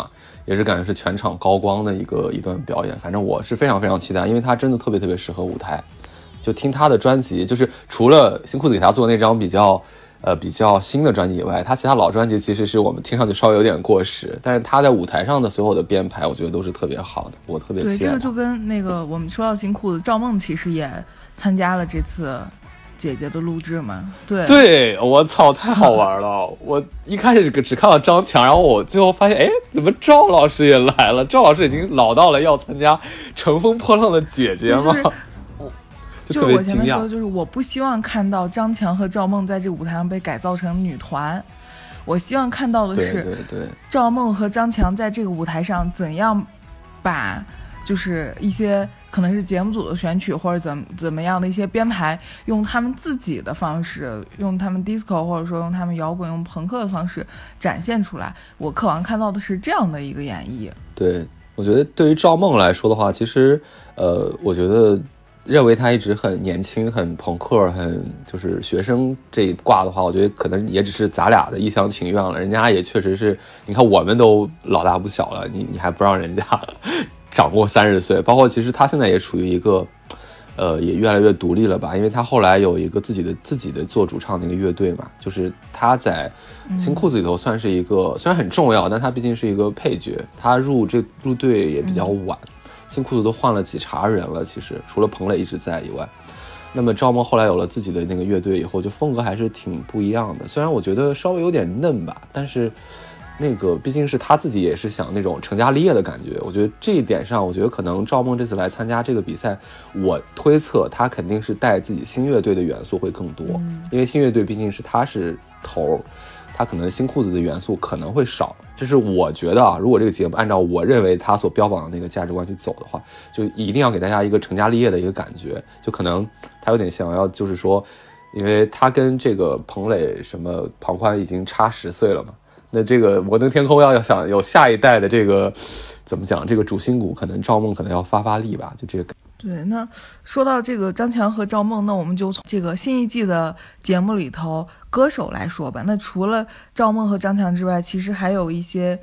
也是感觉是全场高光的一段表演。反正我是非常非常期待，因为他真的特别特别适合舞台。就听他的专辑，就是除了新裤子给他做那张比较新的专辑以外，他其他老专辑其实是我们听上去稍微有点过时，但是他在舞台上的所有的编排，我觉得都是特别好的，我特别期待。 对，这个就跟那个我们说到新裤子，赵梦其实也参加了这次姐姐的录制嘛。对， 我操，太好玩了！我一开始只看到张强，然后我最后发现，哎，怎么赵老师也来了？赵老师已经老到了要参加《乘风破浪的姐姐》吗？ 就是我前面说的，就是我不希望看到张强和赵梦在这个舞台上被改造成女团，我希望看到的是赵梦和张强在这个舞台上怎样把就是一些可能是节目组的选曲或者怎么样的一些编排，用他们自己的方式，用他们 disco 或者说用他们摇滚用朋克的方式展现出来。我渴望看到的是这样的一个演绎。 对，我觉得对于赵梦来说的话，其实我觉得认为他一直很年轻很朋克很就是学生这一挂的话，我觉得可能也只是咱俩的一厢情愿了。人家也确实是，你看我们都老大不小了，你还不让人家长过30岁。包括其实他现在也处于一个也越来越独立了吧，因为他后来有一个自己的做主唱的一个乐队嘛，就是他在新裤子里头算是一个虽然很重要，但他毕竟是一个配角，他入队也比较晚。新裤子都换了几茬人了，其实除了彭磊一直在以外，那么赵梦后来有了自己的那个乐队以后，就风格还是挺不一样的。虽然我觉得稍微有点嫩吧，但是那个毕竟是他自己也是想那种成家立业的感觉。我觉得这一点上，我觉得可能赵梦这次来参加这个比赛，我推测他肯定是带自己新乐队的元素会更多，因为新乐队毕竟是他是头，他可能新裤子的元素可能会少。这是我觉得啊，如果这个节目按照我认为他所标榜的那个价值观去走的话，就一定要给大家一个成家立业的一个感觉。就可能他有点想要就是说，因为他跟这个彭磊什么庞宽已经差10岁了嘛，那这个摩登天空要想有下一代的这个怎么讲，这个主心骨可能赵梦可能要发力吧，就这个。 对，那说到这个张强和赵梦，那我们就从这个新一季的节目里头歌手来说吧。那除了赵梦和张强之外，其实还有一些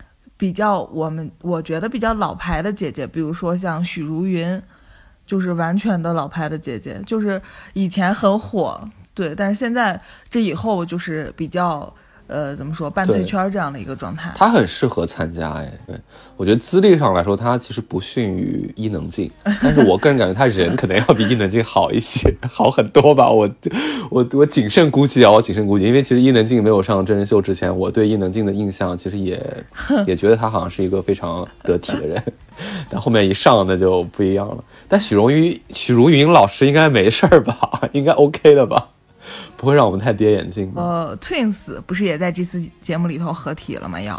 我觉得比较老牌的姐姐，比如说像许茹芸，就是完全的老牌的姐姐，就是以前很火，对，但是现在这以后就是比较怎么说半退圈这样的一个状态。 他很适合参加对，我觉得资历上来说他其实不逊于伊能静，但是我个人感觉他人可能要比伊能静好一些，好很多吧。我谨慎估计啊，因为其实伊能静没有上真人秀之前，我对伊能静的印象其实也觉得他好像是一个非常得体的人，但后面一上那就不一样了。但许茹芸老师应该没事吧，应该 OK 的吧，不会让我们太跌眼镜。 Twins 不是也在这次节目里头合体了吗？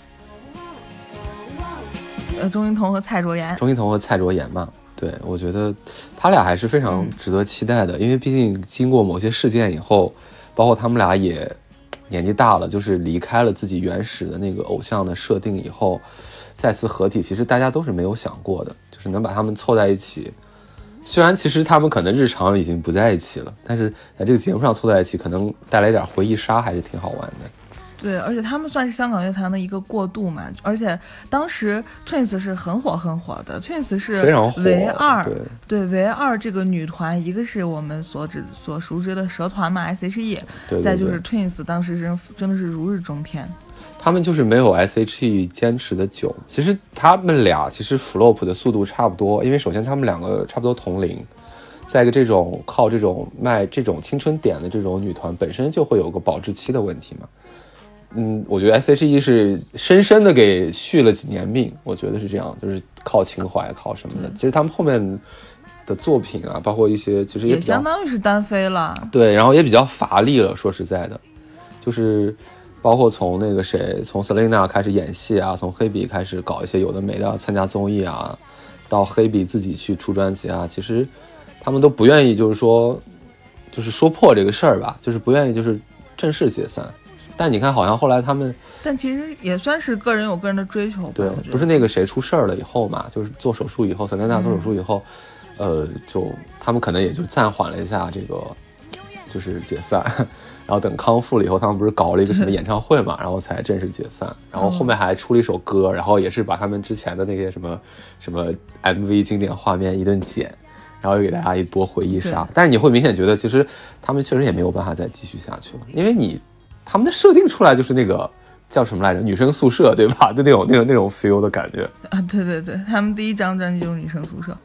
钟欣桐和蔡卓妍嘛，对，我觉得他俩还是非常值得期待的，因为毕竟经过某些事件以后，包括他们俩也年纪大了，就是离开了自己原始的那个偶像的设定以后，再次合体，其实大家都是没有想过的，就是能把他们凑在一起。虽然其实他们可能日常已经不在一起了，但是在这个节目上凑在一起，可能带来一点回忆杀，还是挺好玩的。对，而且他们算是香港乐坛的一个过渡嘛，而且当时 Twins 是很火的 ，Twins 是唯二，对唯二这个女团，一个是我们所熟知的蛇团嘛 SHE， 再就是 Twins 当时真的是如日中天。 他们就是没有 SHE 坚持的久，其实他们俩其实 flop 的速度差不多，因为首先他们两个差不多同龄，再一个这种靠这种卖这种青春点的这种女团本身就会有个保质期的问题嘛。我觉得 SHE 是深深的给续了几年命，我觉得是这样，就是靠情怀靠什么的。其实他们后面的作品啊，包括一些其实也相当于是单飞了，对， 然后也比较乏力了，说实在的，就是包括从那个从 Selina 开始演戏啊，从黑比开始搞一些有的没的参加综艺啊，到黑比自己去出专辑啊，其实他们都不愿意就是说破这个事儿吧，就是不愿意就是正式解散。但你看好像后来他们， 但其实也算是个人有个人的追求吧。 对，不是那个谁出事儿了以后嘛，就是做手术以后，Selina做手术以后，就他们可能也就暂缓了一下这个就是解散，然后等康复了以后，他们不是搞了一个什么演唱会嘛，然后才正式解散。然后后面还出了一首歌，然后也是把他们之前的那些什么 MV 经典画面一顿剪，然后又给大家一波回忆杀。但是你会明显觉得，其实他们确实也没有办法再继续下去了，因为他们的设定出来就是那个叫什么来着，女生宿舍，对吧？就那种 feel 的感觉啊，对对对，他们第一张专辑就是女生宿舍。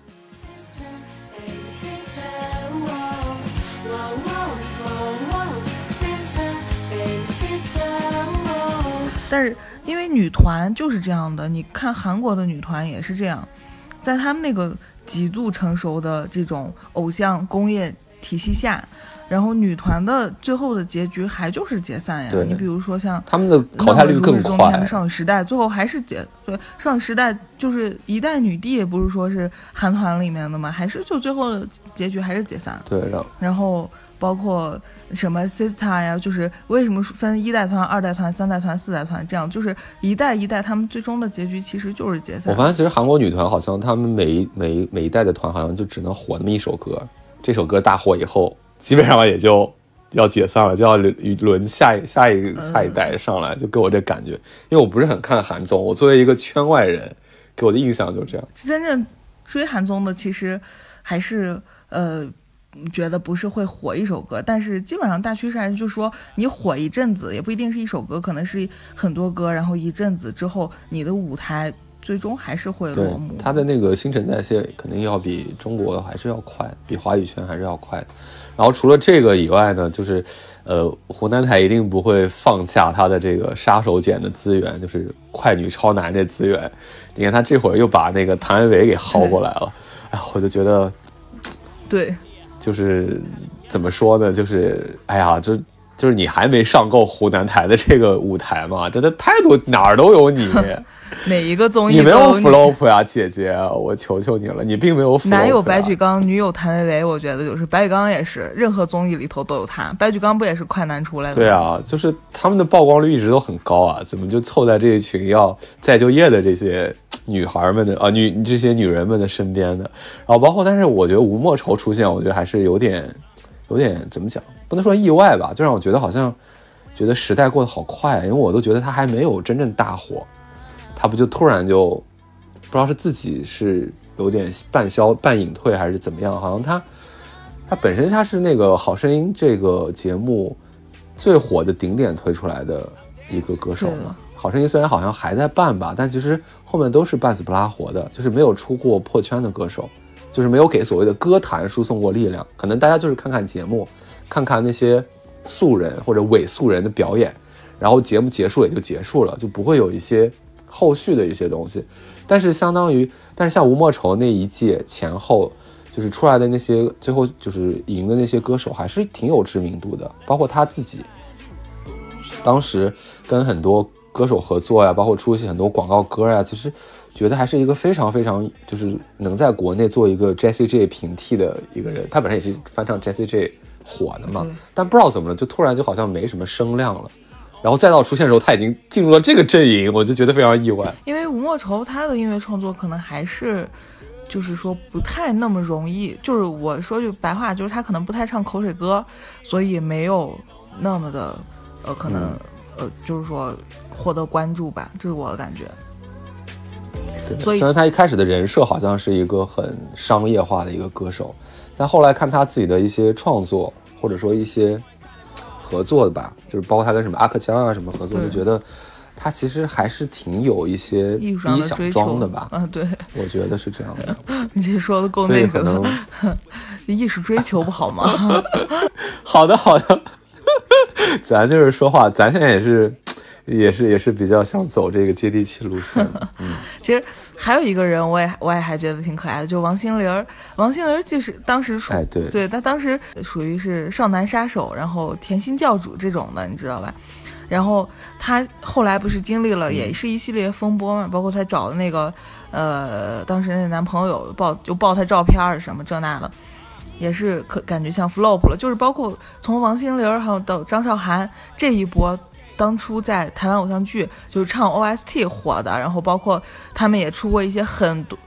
但是因为女团就是这样的，你看韩国的女团也是这样，在他们那个极度成熟的这种偶像工业体系下，然后女团的最后的结局还就是解散呀。你比如说像他们的淘汰率更快， 少女时代最后还是对，少女时代就是一代女帝，也不是说是韩团里面的嘛，还是就最后的结局还是解散。 对， 然后包括什么 Sistar 呀，就是为什么分一代团、二代团、三代团、四代团这样，就是一代一代他们最终的结局其实就是解散。 我发现其实韩国女团好像他们每一代的团好像就只能火那么一首歌，这首歌大火以后基本上也就要解散了，就要轮下一代上来，就给我这感觉。因为我不是很看韩综，我作为一个圈外人，给我的印象就是这样。 真正追韩综的其实还是觉得不是会火一首歌，但是基本上大趋势还是就是说你火一阵子，也不一定是一首歌，可能是很多歌，然后一阵子之后你的舞台最终还是会落幕。 它的那个新陈代谢肯定要比中国还是要快，比华语圈还是要快的。然后除了这个以外呢，就是湖南台一定不会放下它的这个杀手锏的资源，就是快女超男这资源。你看他这会儿又把那个谭维维给薅过来了，哎，我就觉得对， 就是怎么说呢，就是哎呀，就是你还没上够湖南台的这个舞台嘛，真的太多，哪儿都有你。 每一个综艺你没有 flop 呀，姐姐，我求求你了，你并没有 flop。 男有白举纲，女有谭维维，我觉得就是白举纲也是，任何综艺里头都有他。白举纲不也是快男出来的吗？ 对啊，就是他们的曝光率一直都很高啊，怎么就凑在这一群要再就业的这些女孩们的这些女人们的身边的？然后包括，但是我觉得吴莫愁出现，我觉得还是有点怎么讲，不能说意外吧，就让我觉得好像觉得时代过得好快，因为我都觉得他还没有真正大火。他不就突然就不知道是自己是有点半隐退还是怎么样，好像他本身他是那个好声音这个节目最火的顶点推出来的一个歌手嘛。好声音虽然好像还在办吧，但其实后面都是半死不拉活的，就是没有出过破圈的歌手，就是没有给所谓的歌坛输送过力量。可能大家就是看看节目，看看那些素人或者伪素人的表演，然后节目结束也就结束了，就不会有一些后续的一些东西。但是像吴莫愁那一届前后就是出来的那些最后就是赢的那些歌手还是挺有知名度的，包括他自己当时跟很多歌手合作呀，包括出席很多广告歌呀，其实觉得还是一个非常非常就是能在国内做一个 Jessie J 平替的一个人。他本身也是翻唱 Jessie J 火的嘛，但不知道怎么了就突然就好像没什么声量了，然后再到出现的时候他已经进入了这个阵营，我就觉得非常意外。 因为吴莫愁他的音乐创作可能还是就是说不太那么容易，就是我说句白话，就是他可能不太唱口水歌，所以没有那么的可能就是说获得关注吧，这是我的感觉。所以虽然他一开始的人设好像是一个很商业化的一个歌手，但后来看他自己的一些创作或者说一些合作的吧，就是包括他跟什么阿克江啊什么合作，就觉得他其实还是挺有一些逼想装的吧。 对， 我觉得是这样的。 你这说的够那个的，艺术追求不好吗？ 好的，咱就是说话，咱现在也是比较想走这个接地气路线的。 其实还有一个人我也还觉得挺可爱的，就王心凌。王心凌就是当时对他当时属于是少男杀手，然后甜心教主这种的，你知道吧？然后他后来不是经历了也是一系列风波嘛，包括他找的那个当时那个男朋友爆他照片什么这那的，也是感觉像 flop 了。就是包括从王心凌还有到张韶涵这一波，当初在台湾偶像剧就是唱 OST 火的，然后包括他们也出过一些很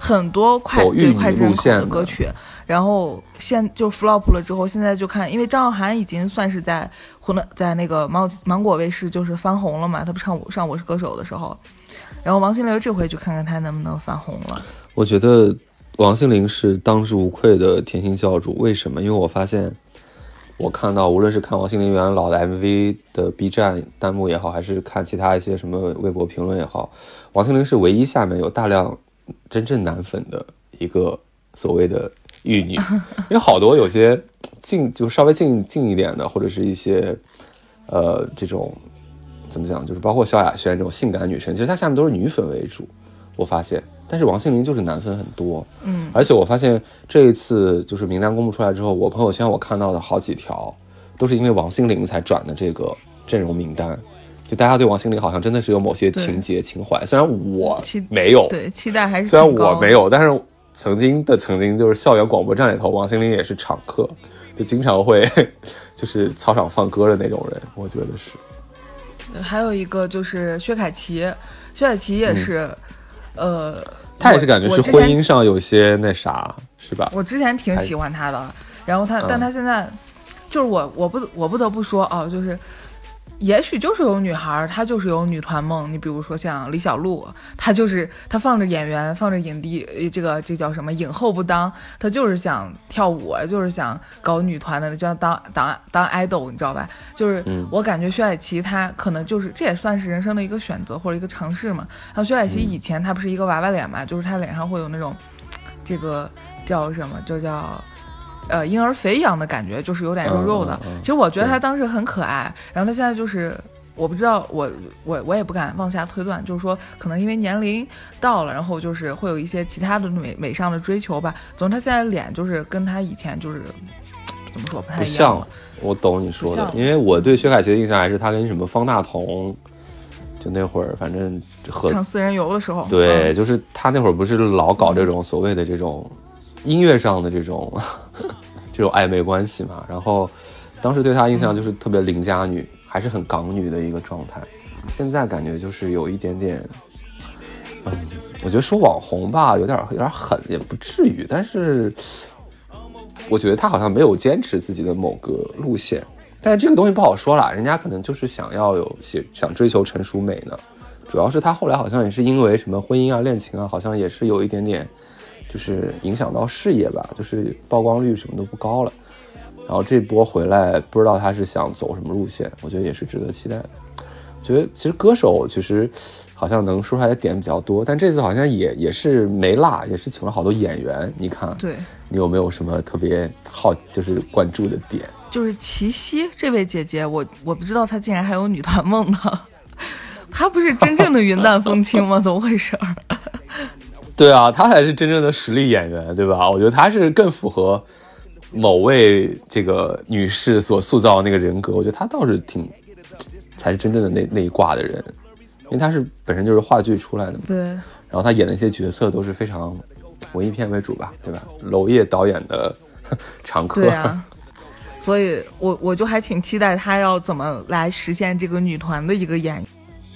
很多快车人口的歌曲，然后就 flop 了之后，现在就看，因为张韶涵已经算是在那个芒果卫视就是翻红了嘛，他不上我是歌手的时候，然后王心凌这回就看看他能不能翻红了。 我觉得王心凌是当之无愧的甜心教主，为什么？因为我发现我看到无论是看王心凌原来老的 MV 的 B 站弹幕也好，还是看其他一些什么微博评论也好，王心凌是唯一下面有大量真正男粉的一个所谓的玉女。因为好多有些就稍微近一点的，或者是一些这种怎么讲，就是包括萧亚轩这种性感女生，其实她下面都是女粉为主，我发现。但是王心凌就是男粉很多，而且我发现这一次就是名单公布出来之后，我朋友圈我看到的好几条都是因为王心凌才转的这个阵容名单，就大家对王心凌好像真的是有某些情节情怀，虽然我没有， 对，期待还是虽然我没有，但是曾经就是校园广播站里头，王心凌也是常客，就经常会就是操场放歌的那种人，我觉得是。 还有一个就是薛凯琪也是。 他也是感觉是婚姻上有些那啥，是吧？ 我之前挺喜欢他的，然后但他现在就是我不得不说哦，就是也许就是有女孩，她就是有女团梦。你比如说像李小璐，她放着演员，放着影帝，这叫什么影后不当，她就是想跳舞，就是想搞女团的，就要当 idol， 你知道吧？就是我感觉薛凯琪她可能就是这也算是人生的一个选择或者一个尝试嘛。然后薛凯琪以前她不是一个娃娃脸嘛，就是她脸上会有那种这个叫什么，就叫婴儿肥一样的感觉，就是有点肉肉的。其实我觉得她当时很可爱，然后她现在就是我不知道，我也不敢往下推断，就是说可能因为年龄到了，然后就是会有一些其他的美上的追求吧。总之她现在脸就是跟她以前就是怎么说不太一样了。 我懂你说的，因为我对薛凯琪的印象还是她跟什么方大同，就那会儿反正唱私人游的时候， 对，就是她那会儿不是老搞这种所谓的这种音乐上的这种暧昧关系嘛，然后当时对她印象就是特别邻家女，还是很港女的一个状态。现在感觉就是有一点点，我觉得说网红吧，有点狠，也不至于，但是我觉得她好像没有坚持自己的某个路线。但是这个东西不好说啦，人家可能就是想追求成熟美呢。主要是她后来好像也是因为什么婚姻啊、恋情啊，好像也是有一点点。就是影响到事业吧，就是曝光率什么都不高了，然后这波回来不知道他是想走什么路线，我觉得也是值得期待的。我觉得其实歌手其实好像能说出来的点比较多，但这次好像也是没落，也是请了好多演员。你看， 对， 你有没有什么特别就是关注的点？ 就是齐溪这位姐姐，我不知道她竟然还有女团梦呢，她不是真正的云淡风轻吗？怎么回事？ 对啊，她才是真正的实力演员，对吧？我觉得她是更符合某位这个女士所塑造的那个人格。我觉得她倒是才是真正的那一挂的人，因为她是本身就是话剧出来的嘛。 对。 然后她演的一些角色都是非常文艺片为主吧，对吧？娄烨导演的常客。 对啊。所以我就还挺期待她要怎么来实现这个女团的一个演绎。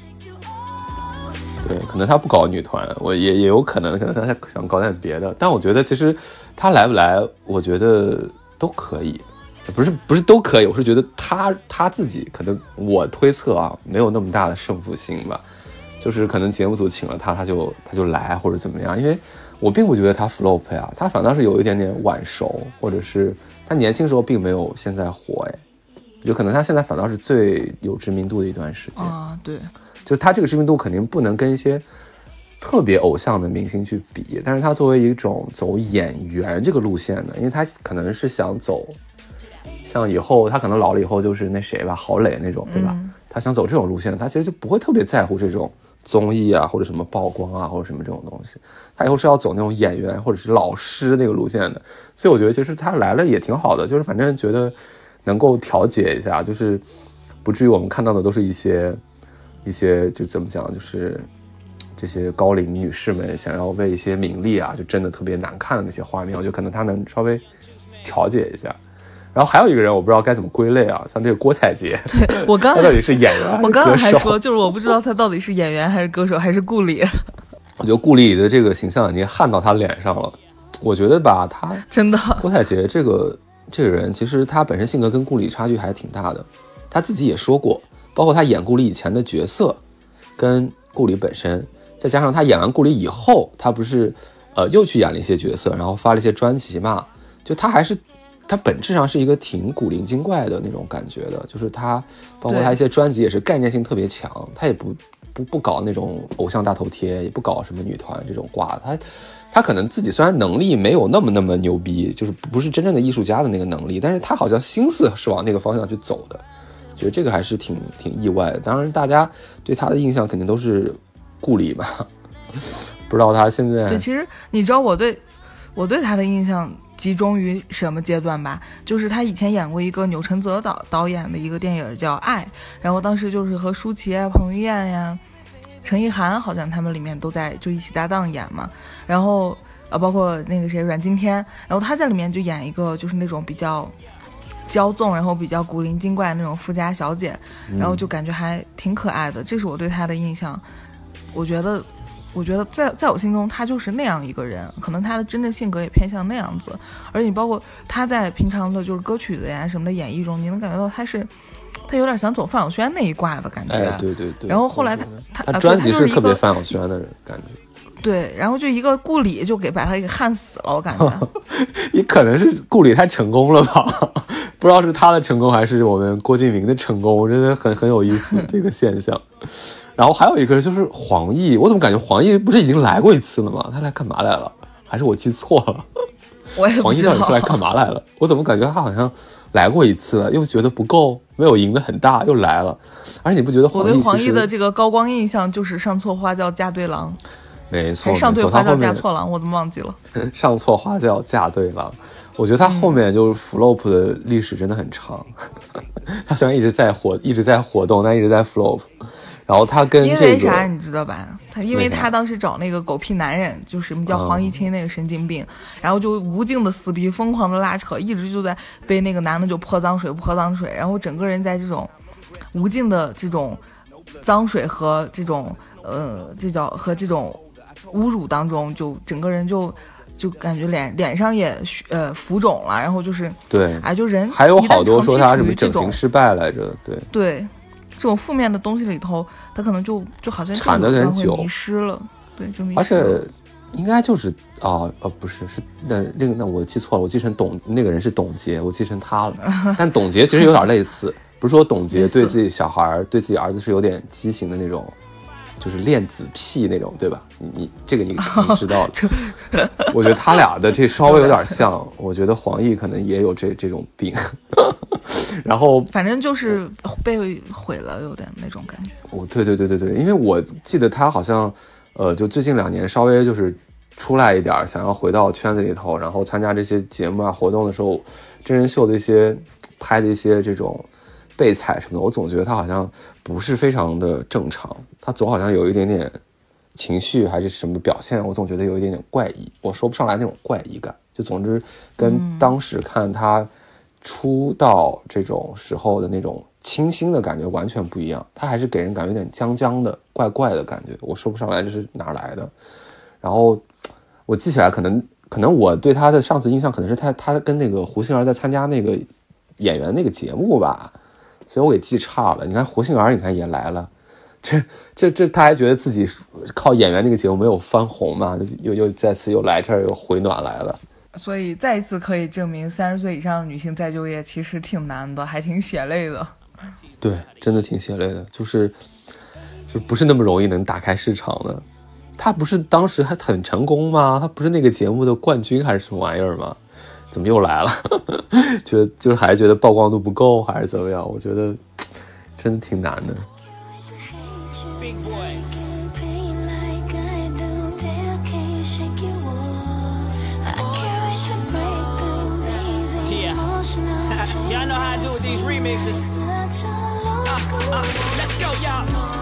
对，可能他不搞女团，我也有可能他想搞点别的，但我觉得其实他来不来，我觉得都可以，不是都可以，我是觉得他自己可能我推测啊，没有那么大的胜负心吧，就是可能节目组请了他就来或者怎么样，因为我并不觉得他 flop 呀，他反倒是有一点点晚熟，或者是他年轻时候并没有现在火哎，就可能他现在反倒是最有知名度的一段时间啊，对。 就他这个知名度肯定不能跟一些特别偶像的明星去比，但是他作为一种走演员这个路线的，因为他可能是想走像以后他可能老了以后就是那谁吧，郝蕾那种，对吧？他想走这种路线，他其实就不会特别在乎这种综艺啊或者什么曝光啊或者什么这种东西，他以后是要走那种演员或者是老师那个路线的。所以我觉得其实他来了也挺好的，就是反正觉得能够调节一下，就是不至于我们看到的都是一些就怎么讲，就是这些高龄女士们想要为一些名利啊就真的特别难看的那些画面，我觉得可能她能稍微调节一下。然后还有一个人我不知道该怎么归类啊，像这个郭采洁， 对，她到底是演员还是歌手？ 我刚刚还说就是我不知道她到底是演员还是歌手还是顾里。 我觉得顾里的这个形象已经焊到他脸上了。我觉得吧，他真的郭采洁这个人，其实他本身性格跟顾里差距还挺大的。他自己也说过，包括他演顾里以前的角色，跟顾里本身，再加上他演完顾里以后，他不是又去演了一些角色，然后发了一些专辑嘛，就他本质上是一个挺古灵精怪的那种感觉的，就是他包括他一些专辑也是概念性特别强，他也不搞那种偶像大头贴，也不搞什么女团这种挂，他可能自己虽然能力没有那么牛逼，就是不是真正的艺术家的那个能力，但是他好像心思是往那个方向去走的，觉得这个还是挺意外的。当然大家对他的印象肯定都是顾里嘛，不知道他现在。 对，其实你知道我对他的印象集中于什么阶段吧？就是他以前演过一个钮承泽导演的一个电影叫《爱》，然后当时就是和舒淇啊、彭于晏呀、陈意涵好像他们里面都在就一起搭档演嘛，然后包括那个谁阮经天，然后他在里面就演一个就是那种比较骄纵，然后比较古灵精怪那种富家小姐，然后就感觉还挺可爱的，这是我对他的印象。我觉得在我心中他就是那样一个人，可能他的真正性格也偏向那样子，而且你包括他在平常的就是歌曲的呀什么的演绎中，你能感觉到他有点想走范晓萱那一挂的感觉。 哎，对。 然后后来他专辑是特别范晓萱的人感觉。 对，然后就一个顾里就把他给焊死了，我感觉。 也可能是顾里太成功了吧，不知道是他的成功还是我们郭敬明的成功，我觉得很有意思这个现象。然后还有一个就是黄奕，我怎么感觉黄奕不是已经来过一次了吗？他来干嘛来了？还是我记错了？ 我也不知道黄奕到底是来干嘛来了？我怎么感觉他好像来过一次了，又觉得不够，没有赢得很大，又来了。而且你不觉得我对黄奕的这个高光印象就是上错花轿嫁对郎？ 没错， 上对花轿嫁错郎，我怎么忘记了？ 上错花轿嫁对郎。我觉得他后面就是 flop 的历史真的很长。他虽然一直在活动，但一直在 flop。然后他跟因为啥你知道吧？因为他当时找那个狗屁男人，就是什么叫黄毅清那个神经病，然后就无尽的撕逼，疯狂的拉扯，一直就在被那个男的就泼脏水，然后整个人在这种无尽的这种脏水和这种这种侮辱当中，就整个人就感觉脸上也浮肿了，然后就是对， 就人还有好多说他什么整形失败来着，对。 这种负面的东西里头，他可能就好像缠得有点久， 迷失了，对，就迷失了。 而且应该就是不是那我记错了，我记成那个人是董洁，我记成他了。但董洁其实有点类似，不是说董洁对自己小孩、对自己儿子是有点畸形的那种，就是恋子癖那种，对吧？你这个你知道的。我觉得他俩的这稍微有点像，我觉得黄奕可能也有这种病。然后反正就是被毁了，有点那种感觉。 对，因为我记得他好像就最近2年稍微就是出来一点，想要回到圈子里头，然后参加这些节目啊活动的时候，真人秀的一些拍的一些这种备采什么的，我总觉得他好像不是非常的正常，他总好像有一点点情绪还是什么表现，我总觉得有一点点怪异，我说不上来那种怪异感，就总之跟当时看他出道这种时候的那种清新的感觉完全不一样，他还是给人感觉有点僵僵的怪怪的感觉，我说不上来这是哪来的。然后我记起来可能我对他的上次印象可能是他跟那个胡杏儿在参加那个演员那个节目吧，所以我给记差了。你看胡杏儿你看也来了，这他还觉得自己靠演员那个节目没有翻红嘛，又再次又来这儿又回暖来了。 所以再一次可以证明30岁以上的女性再就业其实挺难的，还挺血泪的。 对，真的挺血泪的，就不是那么容易能打开市场的。他不是当时还很成功吗？他不是那个节目的冠军还是什么玩意儿吗？怎么又来了？就是还是觉得曝光度不够还是怎么样？我觉得真的挺难的。 Y'all know how I do with these remixes. Let's go, y'all.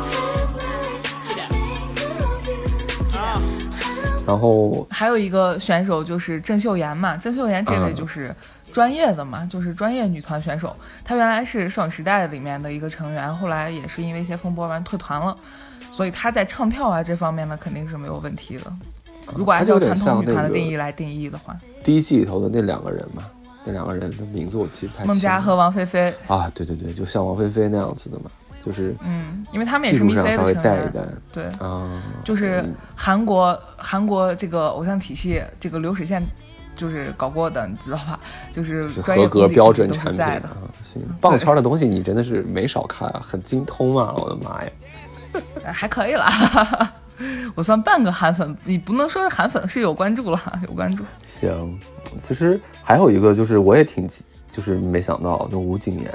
然后还有一个选手就是郑秀妍嘛，郑秀妍这位就是专业的嘛，就是专业女团选手。她原来是少女时代里面的一个成员，后来也是因为一些风波完退团了。 所以他在唱跳啊这方面呢肯定是没有问题的。如果按照传统女团的定义来定义的话， 第一季里头的那2个人嘛，那2个人的名字我记不太清。 孟佳和王菲菲啊，对对对，就像王菲菲那样子的嘛，就是因为他们也是 MISA 的成员， 带一带， 对啊， 就是韩国这个偶像体系这个流水线就是搞过的，你知道吧？就是专业合格标准产品的。 行，棒圈的东西你真的是没少看啊，很精通啊，我的妈呀！ 还可以啦。我算半个韩粉，你不能说是韩粉，是有关注了，有关注。 行，其实还有一个就是我也就是没想到，就吴谨言，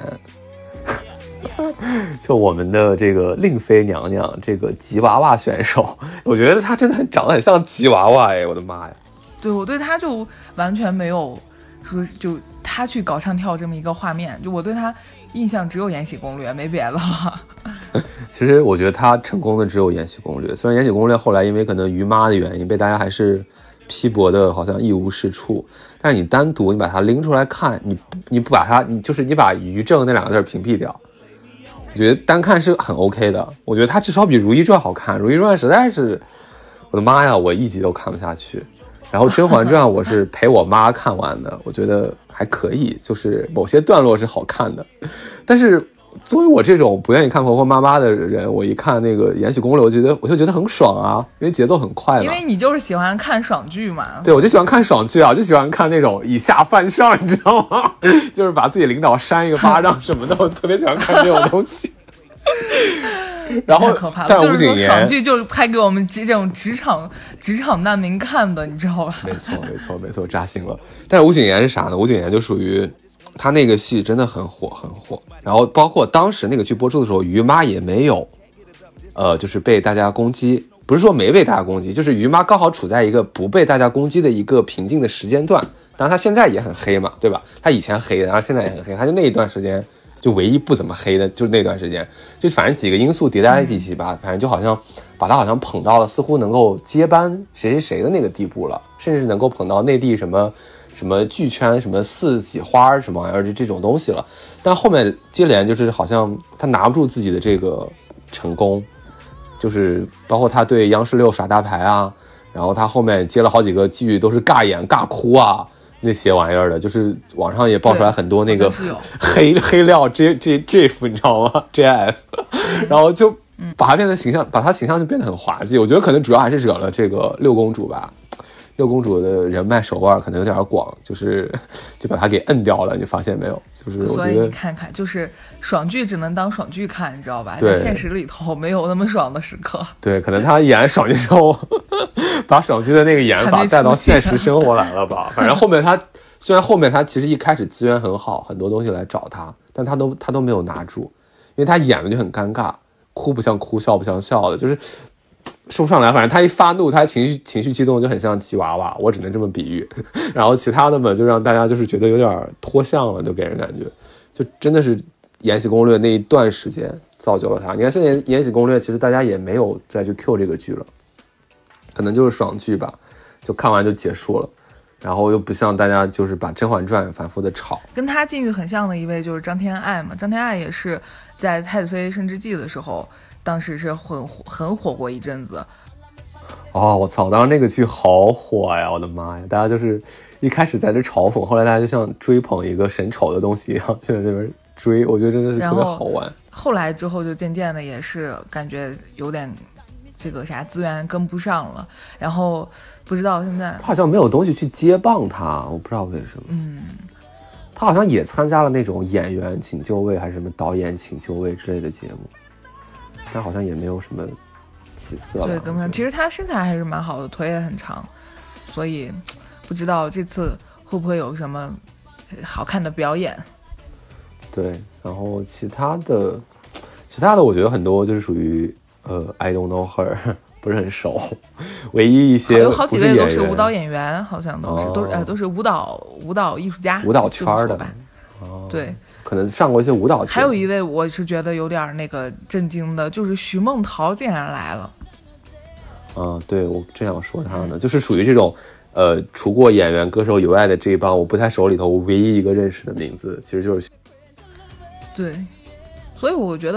就我们的这个令妃娘娘这个吉娃娃选手，我觉得她真的长得很像吉娃娃哎，我的妈呀！ 对，我对她就完全没有说就她去搞唱跳这么一个画面，就我对她印象只有《延禧攻略》，没别的了。 其实我觉得他成功的只有《延禧攻略》，虽然《延禧攻略》后来因为可能于妈的原因被大家还是批驳的，好像一无是处。但是你单独你把它拎出来看，你不把它，你把于正那2个字屏蔽掉，我觉得单看是很 OK 的。我觉得它至少比《如懿传》好看，《如懿传》实在是，我的妈呀，我一集都看不下去。然后《甄嬛传》我是陪我妈看完的，我觉得还可以，就是某些段落是好看的，但是。作为我这种不愿意看婆婆妈妈的人，我一看那个《延禧攻略》，我就觉得很爽啊，因为节奏很快嘛。 因为你就是喜欢看爽剧嘛。 对，我就喜欢看爽剧啊，就喜欢看那种以下犯上，你知道吗？就是把自己领导扇一个巴掌什么的，我特别喜欢看这种东西。然后，但是吴谨言爽剧就是拍给我们这种职场难民看的，你知道吧？ 没错，扎心了。但是吴谨言是啥呢？吴谨言就属于。他那个戏真的很火，然后包括当时那个剧播出的时候，于妈也没有，就是被大家攻击，不是说没被大家攻击，就是于妈刚好处在一个不被大家攻击的一个平静的时间段。当然他现在也很黑嘛，对吧？他以前黑的，然后现在也很黑，他就那一段时间就唯一不怎么黑的，就是那段时间，就反正几个因素叠在一起吧，反正就好像把他好像捧到了似乎能够接班谁的那个地步了，甚至能够捧到内地什么剧圈什么4几花什么玩意儿这种东西了，但后面接连就是好像他拿不住自己的这个成功，就是包括他对央视6耍大牌啊，然后他后面接了好几个剧都是尬演尬哭啊那些玩意儿的，就是网上也爆出来很多那个黑料 GIF 你知道吗 GIF 然后就把他形象就变得很滑稽，我觉得可能主要还是惹了这个6公主吧。6公主的人脉手腕可能有点广，就把她给摁掉了，你发现没有？就是我觉得， 所以你看看，就是爽剧只能当爽剧看，你知道吧？在现实里头没有那么爽的时刻。 对，可能他演爽剧之后，把爽剧的那个演法带到现实生活来了吧？反正虽然后面他其实一开始资源很好，很多东西来找他，但他都没有拿住，因为他演的就很尴尬，哭不像哭，笑不像笑的，就是。说不上来，反正他一发怒，他情绪激动就很像吉娃娃，我只能这么比喻。然后其他的嘛，就让大家就是觉得有点脱相了，就给人感觉，就真的是《延禧攻略》那一段时间造就了他。你看现在《延禧攻略》其实大家也没有再去 Q 这个剧了，可能就是爽剧吧，就看完就结束了。然后又不像大家就是把《甄嬛传》反复的炒。 跟他境遇很像的一位就是张天爱嘛，张天爱也是在《太子妃升职记》的时候。当时是很火过一阵子， 哦，我操！当时那个剧好火呀，我的妈呀！大家就是一开始在这嘲讽，后来大家就像追捧一个神丑的东西一样，就在这边追，我觉得真的是特别好玩。 后来之后就渐渐的也是感觉有点这个啥资源跟不上了，然后不知道现在他好像没有东西去接棒他，我不知道为什么。他好像也参加了那种演员请就位还是什么导演请就位之类的节目。但好像也没有什么起色了。 对，跟不上。其实他身材还是蛮好的，腿也很长，所以不知道这次会不会有什么好看的表演。 对，然后其他的我觉得很多就是属于I don't know her 不是很熟，唯一一些有好几位都是舞蹈演员，好像都是舞蹈艺术家， 舞蹈圈的吧。对。 可能上过一些舞蹈节目。 还有一位我是觉得有点那个震惊的，就是徐梦桃竟然来了。 对，我正想说他呢，就是属于这种除过演员歌手以外的这一帮我不太熟里头唯一一个认识的名字，其实就是对，所以我觉得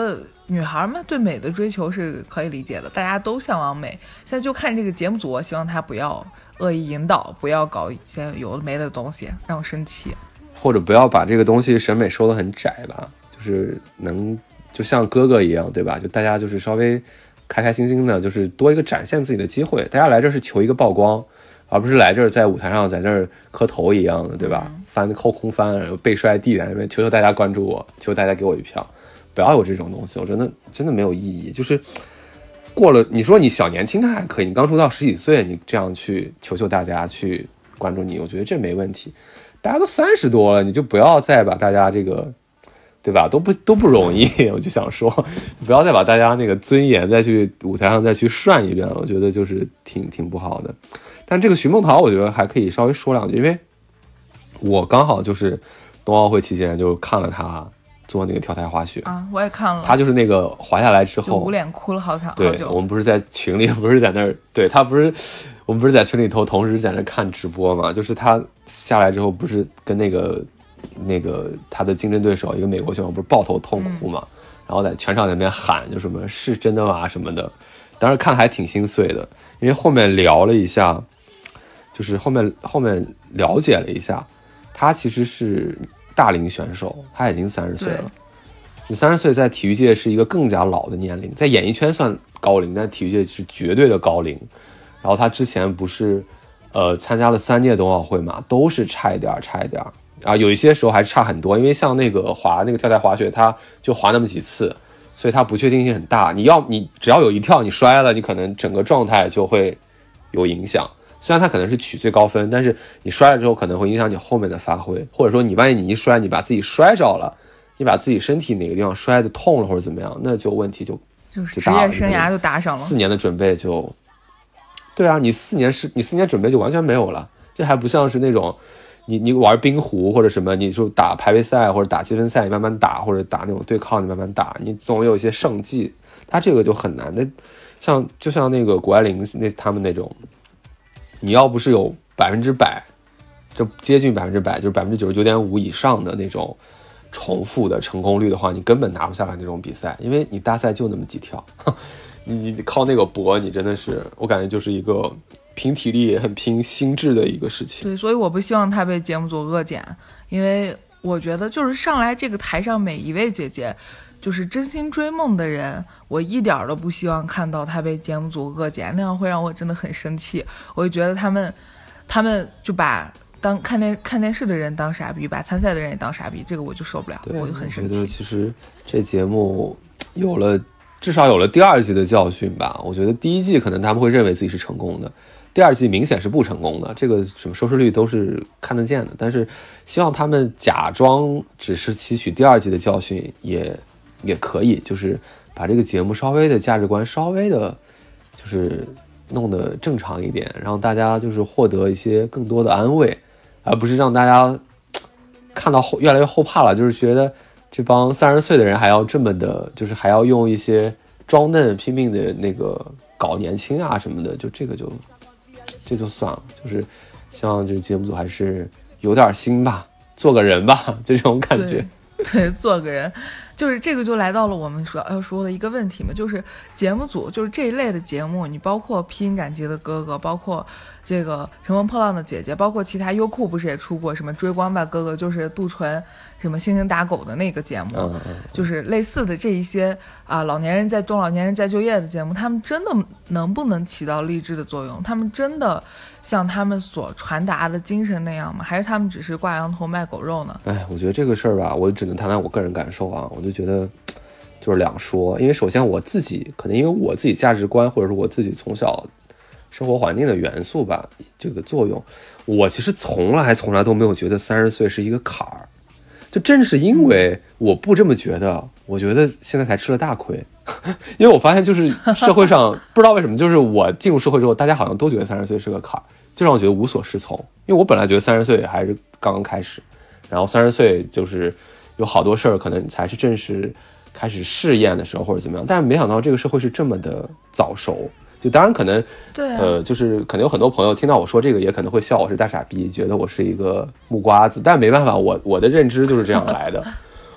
女孩们对美的追求是可以理解的，大家都向往美。现在就看这个节目组，我希望他不要恶意引导，不要搞一些有的没的东西，让我生气。 或者不要把这个东西审美收得很窄吧，就是能就像哥哥一样，对吧？就大家就是稍微开开心心的，就是多一个展现自己的机会。大家来这是求一个曝光，而不是来这儿在舞台上在那儿磕头一样的，对吧？后空翻，然后背摔地在那边，求求大家关注我，求大家给我一票，不要有这种东西，我真的没有意义。就是过了，你说你小年轻还可以，你刚出道10几岁，你这样去求求大家去关注你，我觉得这没问题。大家都30多了，你就不要再把大家这个，对吧？都不容易，我就想说，不要再把大家那个尊严再去舞台上再去涮一遍了，我觉得就是挺不好的。但这个徐梦桃，我觉得还可以稍微说两句，因为我刚好就是冬奥会期间就看了他做那个跳台滑雪啊，我也看了。 他就是那个滑下来之后， 捂脸哭了好久。 对，我们不是在群里，不是在那儿，对他不是，我们不是在群里头同时在那看直播嘛？就是他下来之后，不是跟那个他的竞争对手一个美国选手不是抱头痛哭嘛？然后在全场那边喊，就什么是真的吗什么的。当时看还挺心碎的，因为后面聊了一下，就是后面了解了一下，他其实是大龄选手，他已经30岁了。你30岁在体育界是一个更加老的年龄，在演艺圈算高龄，但体育界是绝对的高龄。然后他之前不是参加了3届冬奥会嘛，都是差一点啊，有一些时候还是差很多，因为像那个跳台滑雪，他就滑那么几次，所以它不确定性很大。你只要有一跳你摔了，你可能整个状态就会有影响。虽然它可能是取最高分，但是你摔了之后可能会影响你后面的发挥，或者说你万一你一摔，你把自己摔着了，你把自己身体哪个地方摔的痛了或者怎么样，那就问题就是职业生涯就打上了 ，4年的准备就，对啊，你4年准备就完全没有了。这还不像是那种你玩冰壶或者什么，你就打排位赛或者打积分赛，你慢慢打，或者打那种对抗你慢慢打，你总有一些胜绩。他这个就很难的，就像那个谷爱凌他们那种，你要不是有100%，就接近100%，就是99.5%以上的那种重复的成功率的话，你根本拿不下来那种比赛，因为你大赛就那么几跳，你靠那个搏，你真的是，我感觉就是一个拼体力也很拼心智的一个事情。 对，所以我不希望他被节目组恶剪，因为我觉得就是上来这个台上每一位姐姐，就是真心追梦的人，我一点都不希望看到他被节目组恶剪，那样会让我真的很生气。我就觉得他们就把当看电视的人当傻逼，把参赛的人也当傻逼，这个我就受不了，我就很生气。 我觉得其实这节目至少有了第2季的教训吧。我觉得第1季可能他们会认为自己是成功的，第2季明显是不成功的，这个什么收视率都是看得见的。但是希望他们假装只是吸取第2季的教训也可以，就是把这个节目稍微的价值观稍微的就是弄得正常一点，让大家就是获得一些更多的安慰，而不是让大家看到越来越后怕了，就是觉得这帮30岁的人还要这么的，就是还要用一些装嫩拼命的那个搞年轻啊什么的，就这就算了，就是希望这个节目组还是有点心吧，做个人吧，这种感觉。 对，做个人，就是这个就来到了我们要说的一个问题嘛，就是节目组就是这一类的节目，你包括披荆斩棘的哥哥，包括这个乘风破浪的姐姐，包括其他优酷不是也出过什么追光吧哥哥，就是杜淳什么星星打狗的那个节目，就是类似的这一些啊，中老年人在就业的节目，他们真的能不能起到励志的作用？他们真的像他们所传达的精神那样吗？还是他们只是挂羊头卖狗肉呢？ 我觉得这个事儿吧，我只能谈谈我个人感受啊。我就觉得就是两说，因为首先我自己可能因为我自己价值观或者说我自己从小生活环境的元素吧，这个作用，我其实从来都没有觉得30岁是一个坎儿。就正是因为我不这么觉得，我觉得现在才吃了大亏。因为我发现就是社会上不知道为什么，就是我进入社会之后，大家好像都觉得30岁是个坎儿，就让我觉得无所适从。因为我本来觉得30岁还是刚刚开始，然后30岁就是有好多事儿可能才是正式开始试验的时候或者怎么样，但是没想到这个社会是这么的早熟。就当然可能对就是可能有很多朋友听到我说这个也可能会笑我是大傻逼，觉得我是一个木瓜子，但没办法，我的认知就是这样来的。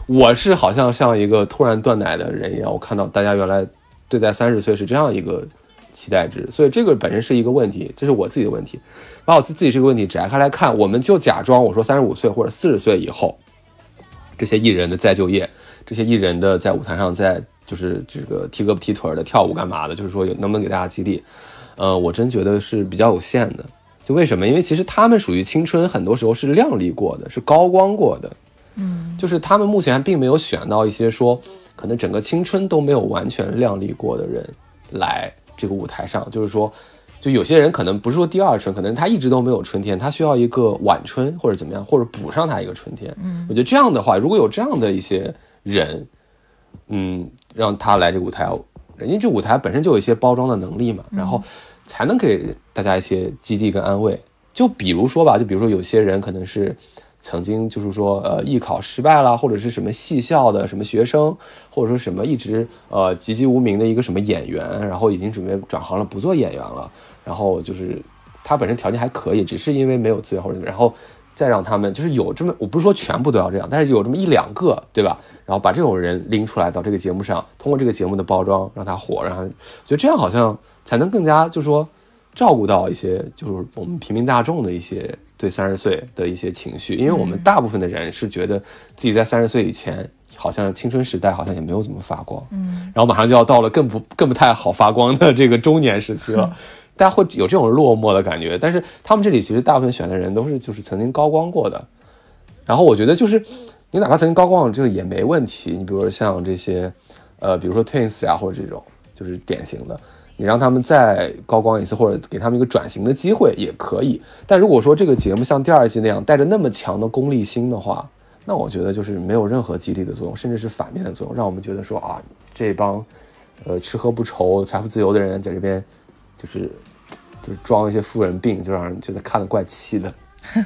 我是好像一个突然断奶的人一样，我看到大家原来对待30岁是这样一个期待值，所以这个本身是一个问题，这是我自己的问题。把我自己这个问题展开来看，我们就假装我说35岁或者40岁以后，这些艺人的再就业，这些艺人的在舞台上在就是这个踢胳膊踢腿的跳舞干嘛的，就是说能不能给大家激励，我真觉得是比较有限的。就为什么？因为其实他们属于青春，很多时候是亮丽过的，是高光过的。就是他们目前并没有选到一些说可能整个青春都没有完全亮丽过的人来这个舞台上，就是说就有些人可能不是说第二春，可能他一直都没有春天，他需要一个晚春或者怎么样，或者补上他一个春天。我觉得这样的话，如果有这样的一些人，让他来这个舞台，人家这舞台本身就有一些包装的能力嘛，然后才能给大家一些激励跟安慰。就比如说有些人可能是曾经就是说艺考失败了，或者是什么戏校的什么学生，或者说什么一直籍籍无名的一个什么演员，然后已经准备转行了，不做演员了，然后就是他本身条件还可以，只是因为没有资源或者然后再让他们就是有这么，我不是说全部都要这样，但是有这么1-2个，对吧？然后把这种人拎出来到这个节目上，通过这个节目的包装让他火，让他觉得这样好像才能更加就是说照顾到一些就是我们平民大众的一些对30岁的一些情绪，因为我们大部分的人是觉得自己在30岁以前好像青春时代好像也没有怎么发光，然后马上就要到了更不太好发光的这个中年时期了，大家会有这种落寞的感觉。但是他们这里其实大部分选的人都是就是曾经高光过的，然后我觉得就是你哪怕曾经高光这个也没问题，你比如说像这些比如说 Twins 啊或者这种就是典型的，你让他们再高光一次，或者给他们一个转型的机会也可以。但如果说这个节目像第2季那样带着那么强的功利心的话，那我觉得就是没有任何激励的作用，甚至是反面的作用，让我们觉得说啊，这帮吃喝不愁财富自由的人在这边就是装一些富人病，就让人觉得看得怪气的。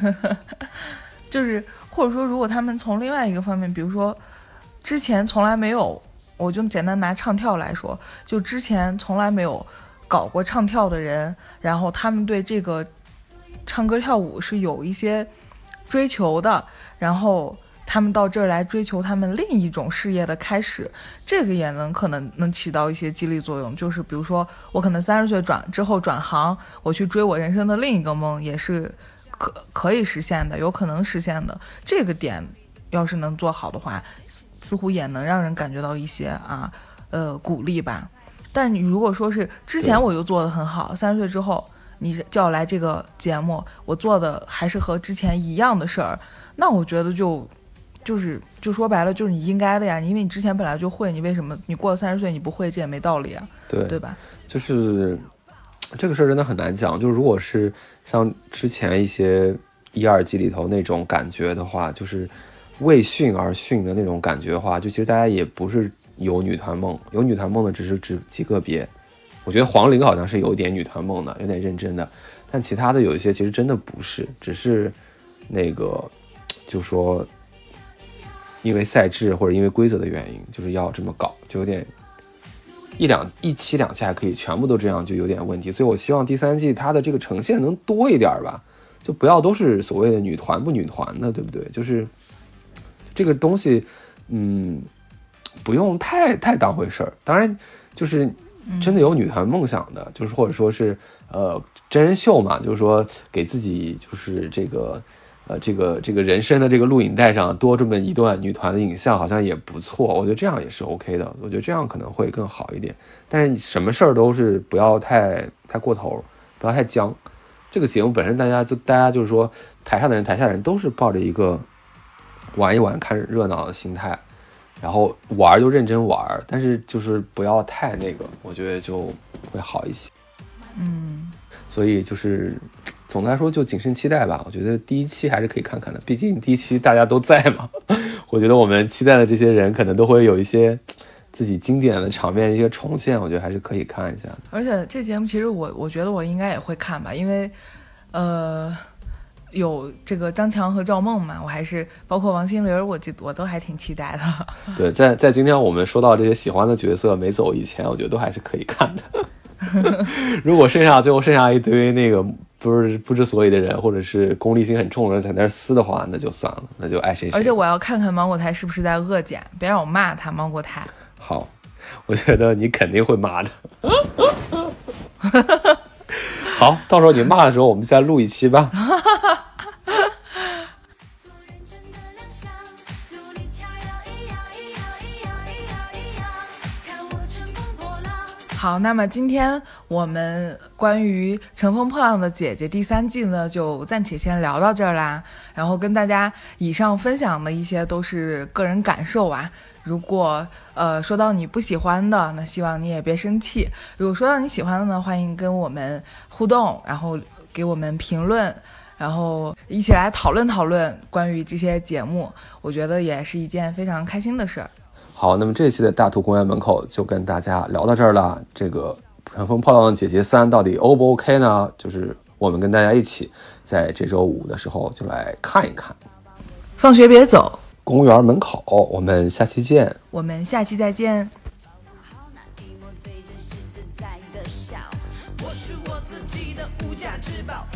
就是或者说如果他们从另外一个方面，比如说之前从来没有，我就简单拿唱跳来说，就之前从来没有搞过唱跳的人，然后他们对这个唱歌跳舞是有一些追求的，然后他们到这儿来追求他们另一种事业的开始，这个也可能能起到一些激励作用。就是比如说我可能30岁之后转行，我去追我人生的另一个梦，也是可以实现的，有可能实现的。这个点要是能做好的话，似乎也能让人感觉到一些鼓励吧。但你如果说是之前我就做得很好，30岁之后你就要来这个节目，我做的还是和之前一样的事儿，那我觉得就说白了就是你应该的呀，因为你之前本来就会，你为什么你过了30岁你不会，这也没道理啊，对吧？ 就是这个事儿真的很难讲。就如果是像之前一些1、2季里头那种感觉的话，就是为训而训的那种感觉的话，就其实大家也不是有女团梦，有女团梦的只是极个别。我觉得黄龄好像是有点女团梦的，有点认真的，但其他的有一些其实真的不是，只是那个就说因为赛制或者因为规则的原因，就是要这么搞，就有点一期2期还可以，全部都这样就有点问题。所以我希望第3季它的这个呈现能多一点吧，就不要都是所谓的女团不女团的，对不对？就是这个东西不用太当回事儿。当然就是真的有女团梦想的，就是或者说是真人秀嘛，就是说给自己就是这个人生的这个录影带上多这么一段女团的影像，好像也不错。我觉得这样也是 OK 的，我觉得这样可能会更好一点。但是什么事儿都是不要太过头，不要太僵。这个节目本身大家就是说台上的人台下的人都是抱着一个玩一玩看热闹的心态，然后玩就认真玩，但是就是不要太那个，我觉得就会好一些。所以就是总的来说就谨慎期待吧。我觉得第1期还是可以看看的，毕竟第1期大家都在嘛。我觉得我们期待的这些人可能都会有一些自己经典的场面一些重现，我觉得还是可以看一下的。 而且这节目其实我觉得我应该也会看吧，因为有这个张强和赵梦嘛，我还是包括王心凌，我都还挺期待的。 对，在今天我们说到这些喜欢的角色没走以前，我觉得都还是可以看的。如果最后剩下一堆那个不知所以的人，或者是功利心很重的人在那儿撕的话，那就算了，那就爱谁谁。 而且我要看看芒果台是不是在恶剪，别让我骂他芒果台。 好，我觉得你肯定会骂的。好，到时候你骂的时候，我们再录一期吧。 好，那么今天我们关于《乘风破浪的姐姐》第3季呢，就暂且先聊到这儿啦。然后跟大家以上分享的一些都是个人感受啊。如果说到你不喜欢的，那希望你也别生气；如果说到你喜欢的呢，欢迎跟我们互动，然后给我们评论，然后一起来讨论讨论关于这些节目。我觉得也是一件非常开心的事儿。 好，那么这期的大兔公园门口就跟大家聊到这儿了。这个《乘风破浪的姐姐3》到底 O 不 OK 呢？就是我们跟大家一起在这周5的时候就来看一看。 放学别走， 公园门口，我们下期见。 我们下期再见。 我是我自己的无价之宝。